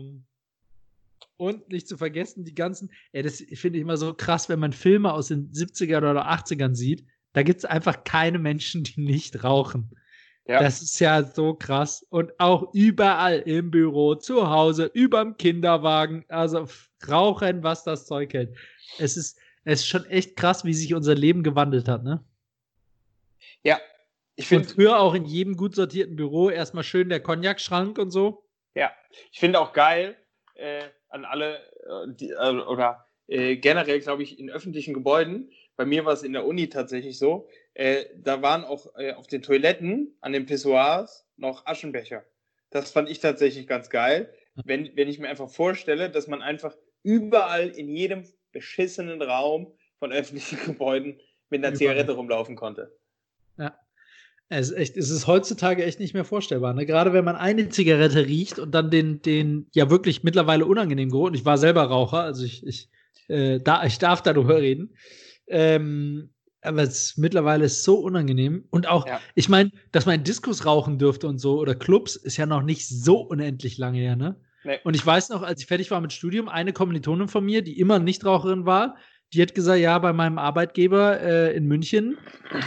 Und nicht zu vergessen, die ganzen, das finde ich immer so krass, wenn man Filme aus den 70ern oder 80ern sieht, da gibt es einfach keine Menschen, die nicht rauchen. Ja. Das ist ja so krass. Und auch überall im Büro, zu Hause, überm Kinderwagen, also rauchen, was das Zeug hält. Es ist schon echt krass, wie sich unser Leben gewandelt hat, ne? Ja. Ich finde früher auch in jedem gut sortierten Büro erstmal schön der Cognac-Schrank und so. Ja, ich finde auch geil, an alle, generell, glaube ich, in öffentlichen Gebäuden, bei mir war es in der Uni tatsächlich so, da waren auch auf den Toiletten, an den Pissoirs, noch Aschenbecher. Das fand ich tatsächlich ganz geil, wenn ich mir einfach vorstelle, dass man einfach überall in jedem beschissenen Raum von öffentlichen Gebäuden mit einer Zigarette rumlaufen konnte. Ja. Es ist heutzutage echt nicht mehr vorstellbar. Ne? Gerade wenn man eine Zigarette riecht und dann den ja wirklich mittlerweile unangenehmen Geruch, und ich war selber Raucher, also ich darf darüber reden, Aber mittlerweile ist so unangenehm. Und auch, ich meine, dass man Diskos rauchen dürfte und so oder Clubs, ist ja noch nicht so unendlich lange her, ne? Nee. Und ich weiß noch, als ich fertig war mit Studium, eine Kommilitonin von mir, die immer Nichtraucherin war, die hat gesagt, ja, bei meinem Arbeitgeber in München,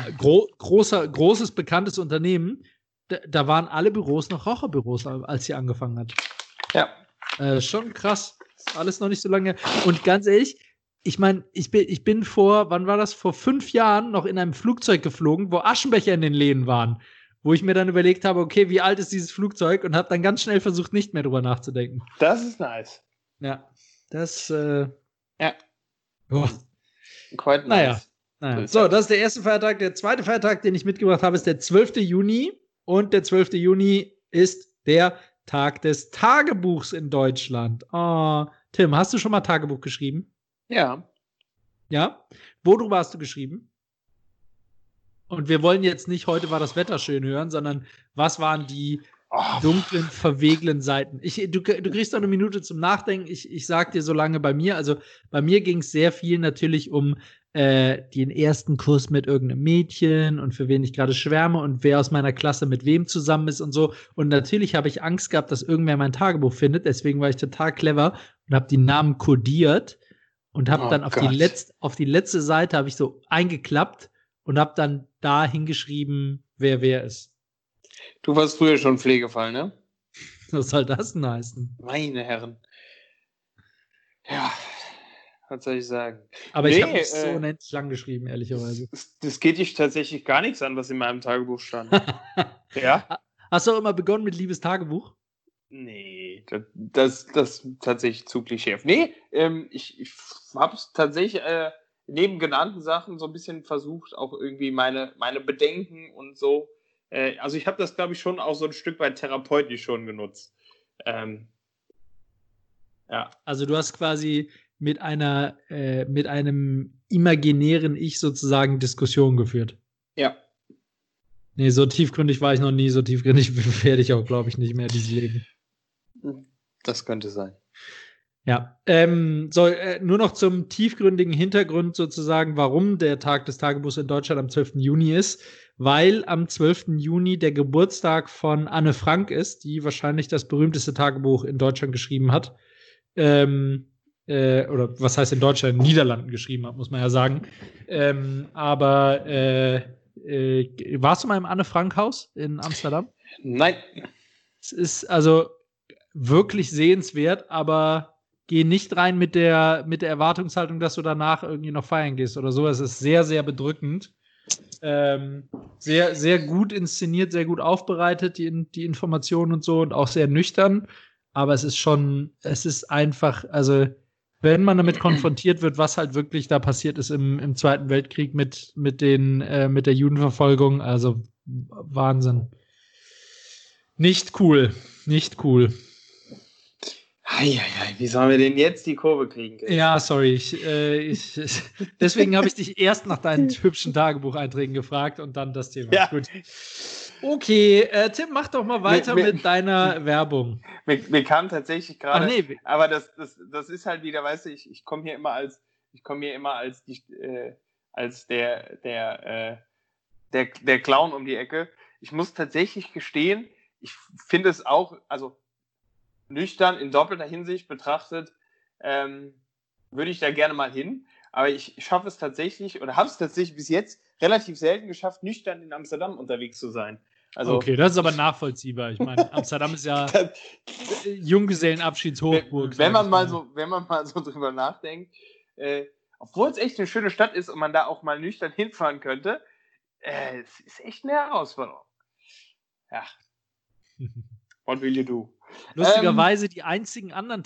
großes, bekanntes Unternehmen, da waren alle Büros noch Raucherbüros, als sie angefangen hat. Ja. Schon krass. Alles noch nicht so lange. Und ganz ehrlich, ich meine, ich bin wann war das? Vor 5 Jahren noch in einem Flugzeug geflogen, wo Aschenbecher in den Läden waren. Wo ich mir dann überlegt habe, okay, wie alt ist dieses Flugzeug? Und habe dann ganz schnell versucht, nicht mehr drüber nachzudenken. Das ist nice. Ja, das, ja. Oh. Quite nice. Naja. So, das ist der erste Feiertag. Der zweite Feiertag, den ich mitgebracht habe, ist der 12. Juni. Und der 12. Juni ist der Tag des Tagebuchs in Deutschland. Oh, Tim, hast du schon mal Tagebuch geschrieben? Ja. Ja? Worüber hast du geschrieben? Und wir wollen jetzt nicht, heute war das Wetter schön hören, sondern was waren die dunklen, verweglen Seiten? Du kriegst noch eine Minute zum Nachdenken. Ich sag dir so lange bei mir. Also bei mir ging es sehr viel natürlich um den ersten Kuss mit irgendeinem Mädchen und für wen ich gerade schwärme und wer aus meiner Klasse mit wem zusammen ist und so. Und natürlich habe ich Angst gehabt, dass irgendwer mein Tagebuch findet. Deswegen war ich total clever und habe die Namen kodiert. Und habe dann auf die letzte Seite habe ich so eingeklappt und habe dann da hingeschrieben, wer ist. Du warst früher schon Pflegefall, ne? Was soll das denn heißen? Meine Herren. Ja, was soll ich sagen? Aber ich habe nicht so unendlich lang geschrieben, ehrlicherweise. Das geht dich tatsächlich gar nichts an, was in meinem Tagebuch stand. Ja? Hast du auch immer begonnen mit Liebes Tagebuch? Nee, das tatsächlich zu klischeehaft. Nee, ich habe es tatsächlich neben genannten Sachen so ein bisschen versucht, auch irgendwie meine Bedenken und so. Also ich habe das, glaube ich, schon auch so ein Stück weit therapeutisch schon genutzt. Ja. Also du hast quasi mit einem imaginären Ich sozusagen Diskussion geführt. Ja. Nee, so tiefgründig war ich noch nie, so tiefgründig werde ich auch, glaube ich, nicht mehr dieses Leben. Das könnte sein. Ja, nur noch zum tiefgründigen Hintergrund sozusagen, warum der Tag des Tagebuchs in Deutschland am 12. Juni ist, weil am 12. Juni der Geburtstag von Anne Frank ist, die wahrscheinlich das berühmteste Tagebuch in Deutschland geschrieben hat. Oder was heißt in Deutschland, in den Niederlanden geschrieben hat, muss man ja sagen. Aber warst du mal im Anne Frank Haus in Amsterdam? Nein. Es ist also wirklich sehenswert, aber geh nicht rein mit der Erwartungshaltung, dass du danach irgendwie noch feiern gehst oder so. Es ist sehr, sehr bedrückend. Sehr, sehr gut inszeniert, sehr gut aufbereitet, die Informationen und so und auch sehr nüchtern. Aber es ist einfach, also wenn man damit konfrontiert wird, was halt wirklich da passiert ist im Zweiten Weltkrieg mit der Judenverfolgung, also Wahnsinn. Nicht cool. Wie sollen wir denn jetzt die Kurve kriegen? Ja, sorry. Deswegen habe ich dich erst nach deinen hübschen Tagebucheinträgen gefragt und dann das Thema. Ja. Gut. Okay, Tim, mach doch mal weiter mit deiner Werbung. Mir kam tatsächlich gerade, aber das ist halt wieder, weißt du, ich komme hier immer als der Clown um die Ecke. Ich muss tatsächlich gestehen, ich finde es auch, also nüchtern in doppelter Hinsicht betrachtet, würde ich da gerne mal hin. Aber ich schaffe es tatsächlich oder habe es tatsächlich bis jetzt relativ selten geschafft, nüchtern in Amsterdam unterwegs zu sein. Also, okay, das ist aber nachvollziehbar. Ich meine, Amsterdam ist ja Junggesellenabschiedshochburg. Wenn man mal so drüber nachdenkt, obwohl es echt eine schöne Stadt ist und man da auch mal nüchtern hinfahren könnte, es ist echt eine Herausforderung. Ja. What will you do? Lustigerweise das einzige andere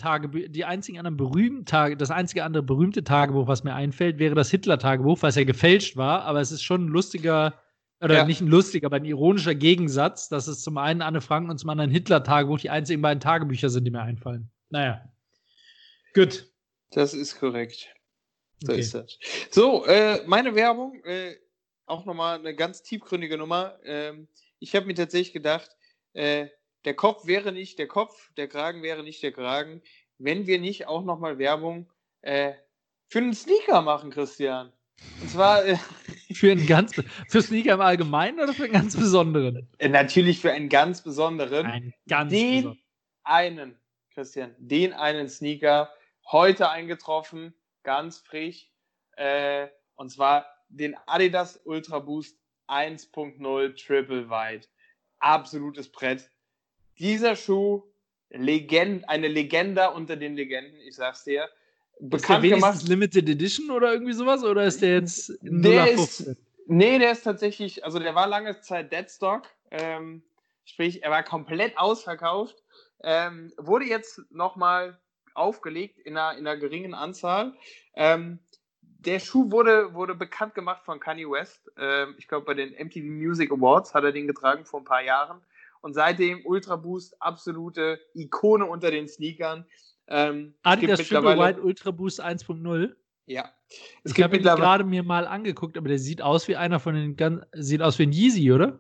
berühmte Tagebuch, was mir einfällt, wäre das Hitler-Tagebuch, was ja gefälscht war, aber es ist schon ein lustiger, oder nicht ein lustiger, aber ein ironischer Gegensatz, dass es zum einen Anne Frank und zum anderen Hitler-Tagebuch die einzigen beiden Tagebücher sind, die mir einfallen. Naja. Gut. Das ist korrekt. So ist das. So, meine Werbung, auch nochmal eine ganz tiefgründige Nummer. Ich habe mir tatsächlich gedacht, der Kopf wäre nicht der Kopf, der Kragen wäre nicht der Kragen, wenn wir nicht auch nochmal Werbung für einen Sneaker machen, Christian. Und zwar für Sneaker im Allgemeinen oder für einen ganz besonderen? Natürlich für einen ganz besonderen. Besonderen. Christian, den einen Sneaker heute eingetroffen, ganz frisch. Und zwar den Adidas Ultra Boost 1.0 Triple White. Absolutes Brett. Dieser Schuh, eine Legende unter den Legenden, ich sag's dir. Bekannt gemacht. Ist der Limited Edition oder irgendwie sowas? Oder ist der jetzt 0815? Der ist tatsächlich, also der war lange Zeit Deadstock. Sprich, er war komplett ausverkauft. Wurde jetzt nochmal aufgelegt in einer geringen Anzahl. Der Schuh wurde bekannt gemacht von Kanye West. Ich glaube, bei den MTV Music Awards hat er den getragen vor ein paar Jahren. Und seitdem Ultra Boost, absolute Ikone unter den Sneakern. Adidas Triple White Ultra Boost 1.0. Ja. Ich habe ihn gerade mir mal angeguckt, aber der sieht aus wie einer von den sieht aus wie ein Yeezy, oder?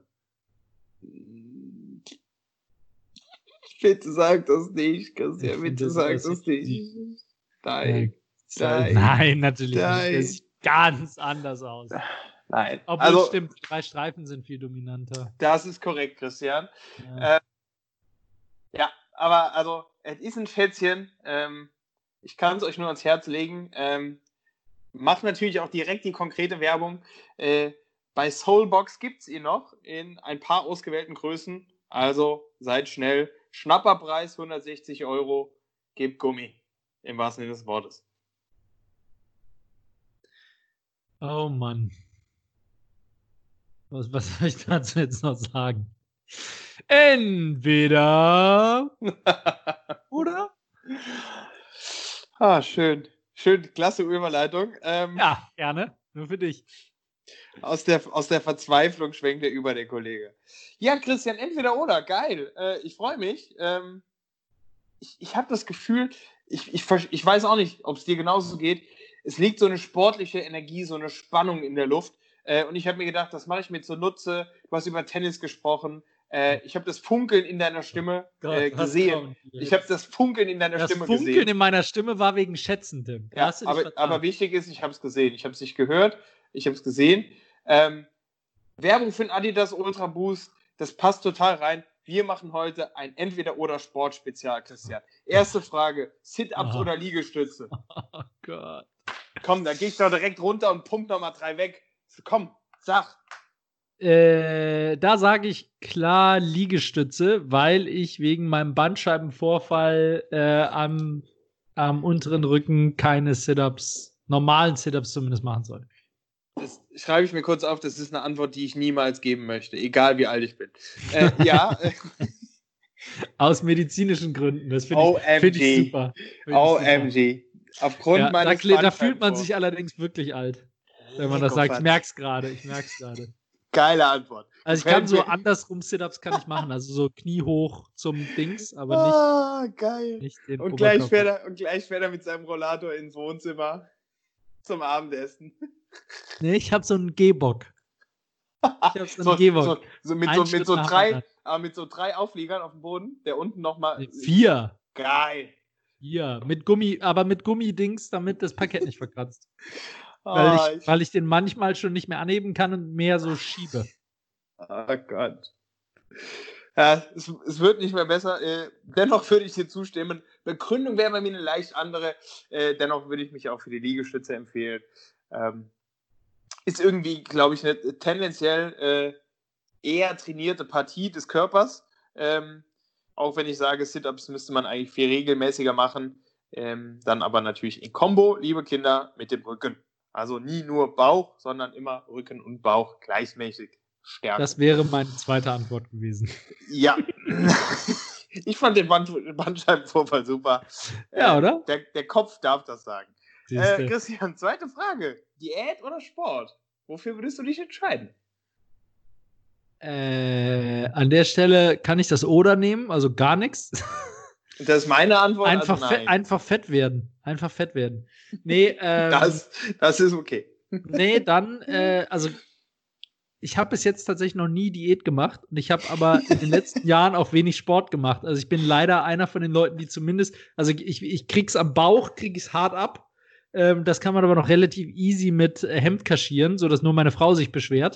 Bitte sag das nicht, Christian. Bitte sag das nicht. Nein, natürlich nicht. Der sieht ganz anders aus. Nein. Obwohl, stimmt, 3 Streifen sind viel dominanter. Das ist korrekt, Christian. Ja, aber also, es ist ein Schätzchen. Ich kann es euch nur ans Herz legen. Macht natürlich auch direkt die konkrete Werbung. Bei Soulbox gibt es ihn noch in ein paar ausgewählten Größen. Also seid schnell. Schnapperpreis 160 €. Gebt Gummi. Im wahrsten Sinne des Wortes. Oh Mann. Was soll ich dazu jetzt noch sagen? Entweder oder? Schön. Schön, klasse Überleitung. Ja, gerne. Nur für dich. Aus der Verzweiflung schwenkt er über, der Kollege. Ja, Christian, entweder oder. Geil. Ich freue mich. Ich habe das Gefühl, ich weiß auch nicht, ob es dir genauso geht. Es liegt so eine sportliche Energie, so eine Spannung in der Luft. Und ich habe mir gedacht, das mache ich mir zunutze. Du hast über Tennis gesprochen. Ich habe das Funkeln in deiner Stimme gesehen. Ich habe das Funkeln in deiner Stimme gesehen. Das Funkeln in meiner Stimme war wegen Schätzen, Tim. Ja, aber wichtig ist, ich habe es gesehen. Ich habe es nicht gehört, ich habe es gesehen. Werbung für den Adidas Ultra Boost, das passt total rein. Wir machen heute ein Entweder-oder-Sport-Spezial, Christian. Erste Frage, Sit-Ups oder Liegestütze? Oh Gott. Komm, da gehe ich doch direkt runter und pump nochmal 3 weg. Komm, sag. Da sage ich klar Liegestütze, weil ich wegen meinem Bandscheibenvorfall am unteren Rücken keine Sit-Ups, normalen Sit-Ups zumindest machen soll. Das schreibe ich mir kurz auf, das ist eine Antwort, die ich niemals geben möchte, egal wie alt ich bin. Ja. Aus medizinischen Gründen, das finde ich super. OMG. Aufgrund meines da fühlt man sich allerdings wirklich alt, wenn man das sagt. Ich merke es gerade. Geile Antwort. Also ich kann so andersrum Sit-Ups kann ich machen, also so Knie hoch zum Dings, aber nicht. Geil. Nicht den und gleich fährt er mit seinem Rollator ins Wohnzimmer zum Abendessen. Nee, ich habe so einen Gehbock. Mit so 3 Aufliegern auf dem Boden, der unten nochmal. 4. Geil. Ja, mit Gummidings, damit das Parkett nicht verkratzt. Weil ich den manchmal schon nicht mehr anheben kann und mehr so schiebe. Oh Gott. Ja, es wird nicht mehr besser. Dennoch würde ich dir zustimmen. Begründung wäre bei mir eine leicht andere. Dennoch würde ich mich auch für die Liegestütze empfehlen. Ist irgendwie, glaube ich, eine tendenziell eher trainierte Partie des Körpers. Auch wenn ich sage, Sit-Ups müsste man eigentlich viel regelmäßiger machen. Dann aber natürlich in Kombo, liebe Kinder, mit dem Rücken. Also nie nur Bauch, sondern immer Rücken und Bauch gleichmäßig stärken. Das wäre meine zweite Antwort gewesen. Ja. Ich fand den Bandscheibenvorfall super. Ja, oder? Der Kopf darf das sagen. Christian, zweite Frage. Diät oder Sport? Wofür würdest du dich entscheiden? An der Stelle kann ich das oder nehmen, also gar nichts. Das ist meine Antwort. Einfach fett werden. Einfach fett werden. Nee, das ist okay. Nee, dann, also ich habe bis jetzt tatsächlich noch nie Diät gemacht und ich habe aber in den letzten Jahren auch wenig Sport gemacht. Also ich bin leider einer von den Leuten, die zumindest, also ich krieg's am Bauch, krieg ich's hart ab. Das kann man aber noch relativ easy mit Hemd kaschieren, sodass nur meine Frau sich beschwert.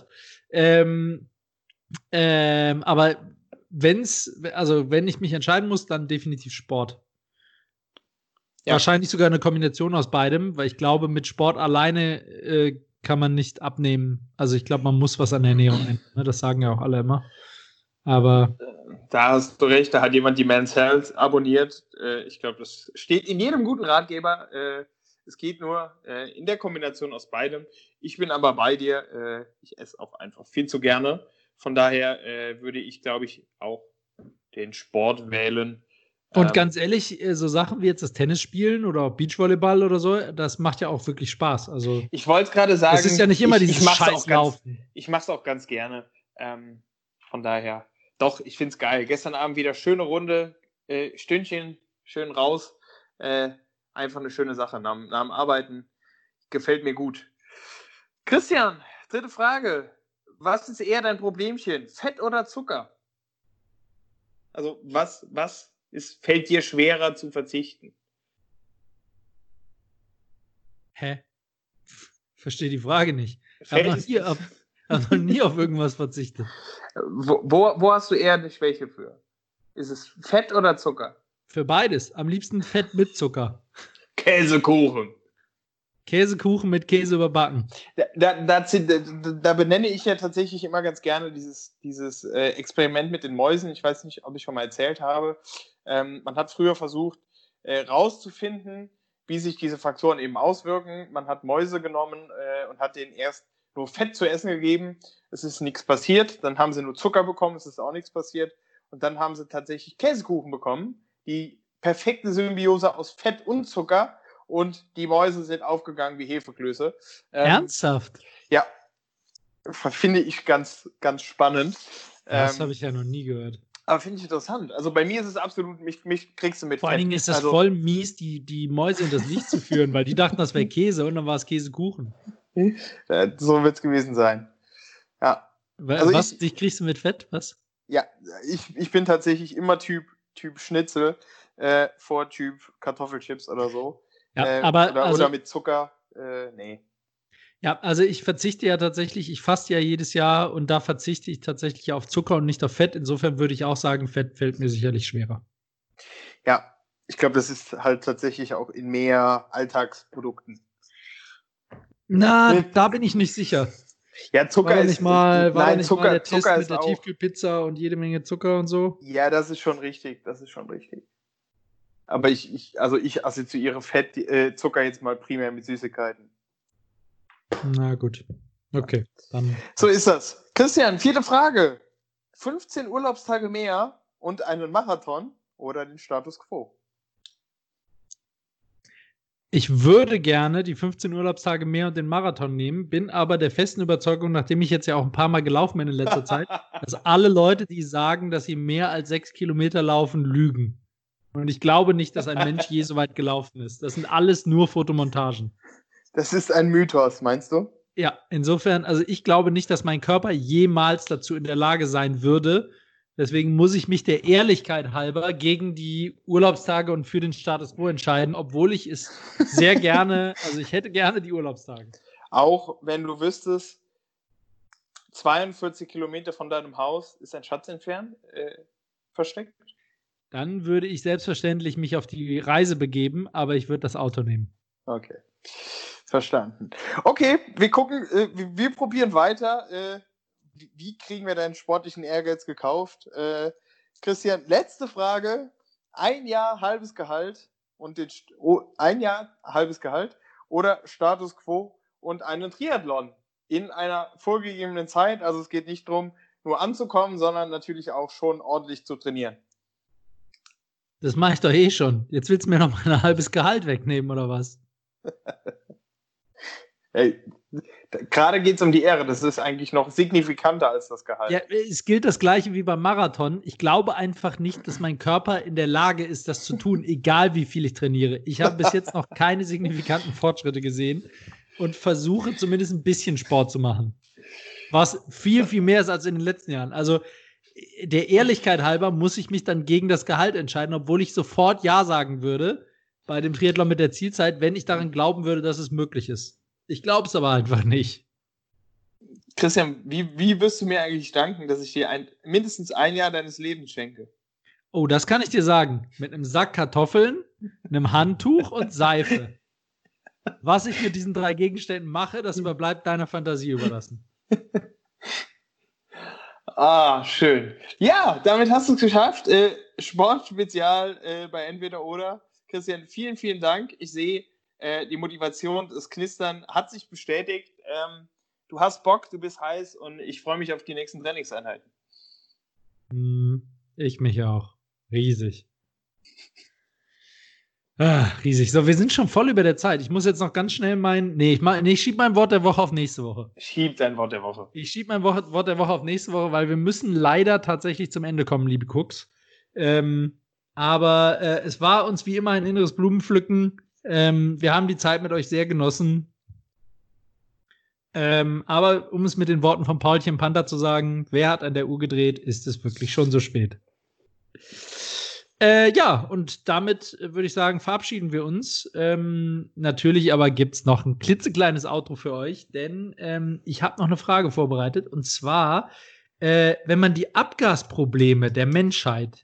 Aber wenn ich mich entscheiden muss, dann definitiv Sport. Ja. Wahrscheinlich sogar eine Kombination aus beidem, weil ich glaube, mit Sport alleine kann man nicht abnehmen. Also ich glaube, man muss was an der Ernährung ändern. Ne? Das sagen ja auch alle immer. Aber da hast du recht, da hat jemand die Men's Health abonniert. Ich glaube, das steht in jedem guten Ratgeber. Es geht nur in der Kombination aus beidem. Ich bin aber bei dir. Ich esse auch einfach viel zu gerne. Von daher würde ich, glaube ich, auch den Sport wählen. Und ganz ehrlich, so Sachen wie jetzt das Tennis spielen oder auch Beachvolleyball oder so, das macht ja auch wirklich Spaß. Also ich wollte es gerade sagen. Es ist ja nicht immer dieses Scheißlaufen. Ich mache es auch ganz gerne. Von daher, doch, ich finde es geil. Gestern Abend wieder schöne Runde, Stündchen, schön raus. Einfach eine schöne Sache nach dem Arbeiten. Gefällt mir gut. Christian, dritte Frage. Was ist eher dein Problemchen? Fett oder Zucker? Also was fällt dir schwerer zu verzichten? Hä? Verstehe die Frage nicht. Ich habe noch nie auf irgendwas verzichtet. Wo hast du eher eine Schwäche für? Ist es Fett oder Zucker? Für beides. Am liebsten Fett mit Zucker. Käsekuchen. Käsekuchen mit Käse überbacken. Da benenne ich ja tatsächlich immer ganz gerne dieses Experiment mit den Mäusen. Ich weiß nicht, ob ich schon mal erzählt habe. Man hat früher versucht, rauszufinden, wie sich diese Faktoren eben auswirken. Man hat Mäuse genommen und hat denen erst nur Fett zu essen gegeben. Es ist nichts passiert. Dann haben sie nur Zucker bekommen. Es ist auch nichts passiert. Und dann haben sie tatsächlich Käsekuchen bekommen. Die perfekte Symbiose aus Fett und Zucker. Und die Mäuse sind aufgegangen wie Hefeklöße. Ernsthaft? Ja. Finde ich ganz, ganz spannend. Das habe ich ja noch nie gehört. Aber finde ich interessant. Also bei mir ist es absolut, mich kriegst du mit. Vor allen Dingen ist das voll mies, die Mäuse in das Licht zu führen, weil die dachten, das wäre Käse und dann war es Käsekuchen. So wird es gewesen sein. Ja. Also dich kriegst du mit Fett? Was? Ja, ich bin tatsächlich immer Typ Schnitzel vor Typ Kartoffelchips oder so. Ja, oder mit Zucker. Nee. Ja, also ich verzichte ja tatsächlich, ich faste ja jedes Jahr und da verzichte ich tatsächlich auf Zucker und nicht auf Fett. Insofern würde ich auch sagen, Fett fällt mir sicherlich schwerer. Ja, ich glaube, das ist halt tatsächlich auch in mehr Alltagsprodukten. Da bin ich nicht sicher. Ja, Zucker war nicht mal der Zucker Test mit der Tiefkühlpizza und jede Menge Zucker und so? Ja, das ist schon richtig. Aber ich assoziiere Zucker jetzt mal primär mit Süßigkeiten. Na gut. Okay. Dann. So ist das. Christian, 4. Frage. 15 Urlaubstage mehr und einen Marathon oder den Status Quo? Ich würde gerne die 15 Urlaubstage mehr und den Marathon nehmen, bin aber der festen Überzeugung, nachdem ich jetzt ja auch ein paar Mal gelaufen bin in letzter Zeit, dass alle Leute, die sagen, dass sie mehr als 6 Kilometer laufen, lügen. Und ich glaube nicht, dass ein Mensch je so weit gelaufen ist. Das sind alles nur Fotomontagen. Das ist ein Mythos, meinst du? Ja, insofern, also ich glaube nicht, dass mein Körper jemals dazu in der Lage sein würde. Deswegen muss ich mich der Ehrlichkeit halber gegen die Urlaubstage und für den Status quo entscheiden, obwohl ich es sehr gerne, also ich hätte gerne die Urlaubstage. Auch wenn du wüsstest, 42 Kilometer von deinem Haus ist ein Schatz entfernt, versteckt? Dann würde ich selbstverständlich mich auf die Reise begeben, aber ich würde das Auto nehmen. Okay, verstanden. Okay, wir gucken, wir probieren weiter. Wie kriegen wir deinen sportlichen Ehrgeiz gekauft? Christian, letzte Frage. Ein Jahr halbes Gehalt oder Status Quo und einen Triathlon in einer vorgegebenen Zeit. Also es geht nicht darum, nur anzukommen, sondern natürlich auch schon ordentlich zu trainieren. Das mache ich doch eh schon. Jetzt willst du mir noch mal ein halbes Gehalt wegnehmen, oder was? Hey, gerade geht es um die Ehre. Das ist eigentlich noch signifikanter als das Gehalt. Ja, es gilt das Gleiche wie beim Marathon. Ich glaube einfach nicht, dass mein Körper in der Lage ist, das zu tun, egal wie viel ich trainiere. Ich habe bis jetzt noch keine signifikanten Fortschritte gesehen und versuche zumindest ein bisschen Sport zu machen. Was viel, viel mehr ist als in den letzten Jahren. Also der Ehrlichkeit halber muss ich mich dann gegen das Gehalt entscheiden, obwohl ich sofort Ja sagen würde. bei dem Triathlon mit der Zielzeit, wenn ich daran glauben würde, dass es möglich ist. Ich glaube es aber einfach nicht. Christian, wie wirst du mir eigentlich danken, dass ich dir mindestens ein Jahr deines Lebens schenke? Oh, das kann ich dir sagen. Mit einem Sack Kartoffeln, einem Handtuch und Seife. Was ich mit diesen 3 Gegenständen mache, das überbleibt deiner Fantasie überlassen. Schön. Ja, damit hast du es geschafft. Sportspezial bei Entweder oder. Christian, vielen, vielen Dank. Ich sehe, die Motivation, das Knistern hat sich bestätigt. Du hast Bock, du bist heiß und ich freue mich auf die nächsten Trainingseinheiten. Ich mich auch. Riesig. Riesig. So, wir sind schon voll über der Zeit. Ich muss jetzt noch ganz schnell ich schiebe mein Wort der Woche auf nächste Woche. Schieb dein Wort der Woche. Ich schiebe mein Wort der Woche auf nächste Woche, weil wir müssen leider tatsächlich zum Ende kommen, liebe Cooks. Aber es war uns wie immer ein inneres Blumenpflücken. Wir haben die Zeit mit euch sehr genossen. Aber um es mit den Worten von Paulchen Panther zu sagen, wer hat an der Uhr gedreht, ist es wirklich schon so spät. Und damit würde ich sagen, verabschieden wir uns. Natürlich aber gibt es noch ein klitzekleines Outro für euch, denn ich habe noch eine Frage vorbereitet. Und zwar, wenn man die Abgasprobleme der Menschheit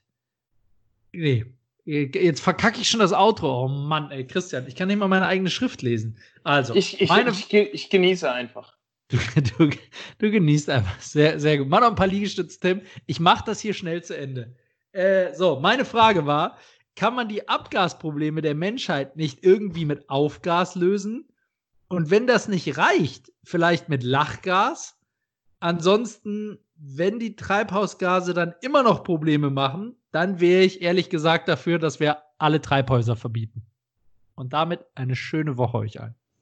jetzt verkacke ich schon das Outro. Oh Mann, ey, Christian, ich kann nicht mal meine eigene Schrift lesen. Also, ich genieße einfach. Du genießt einfach. Sehr, sehr gut. Mach noch ein paar Liegestütze, Tim. Ich mache das hier schnell zu Ende. Meine Frage war, kann man die Abgasprobleme der Menschheit nicht irgendwie mit Aufgas lösen? Und wenn das nicht reicht, vielleicht mit Lachgas? Ansonsten, wenn die Treibhausgase dann immer noch Probleme machen, dann wäre ich ehrlich gesagt dafür, dass wir alle Treibhäuser verbieten. Und damit eine schöne Woche euch allen.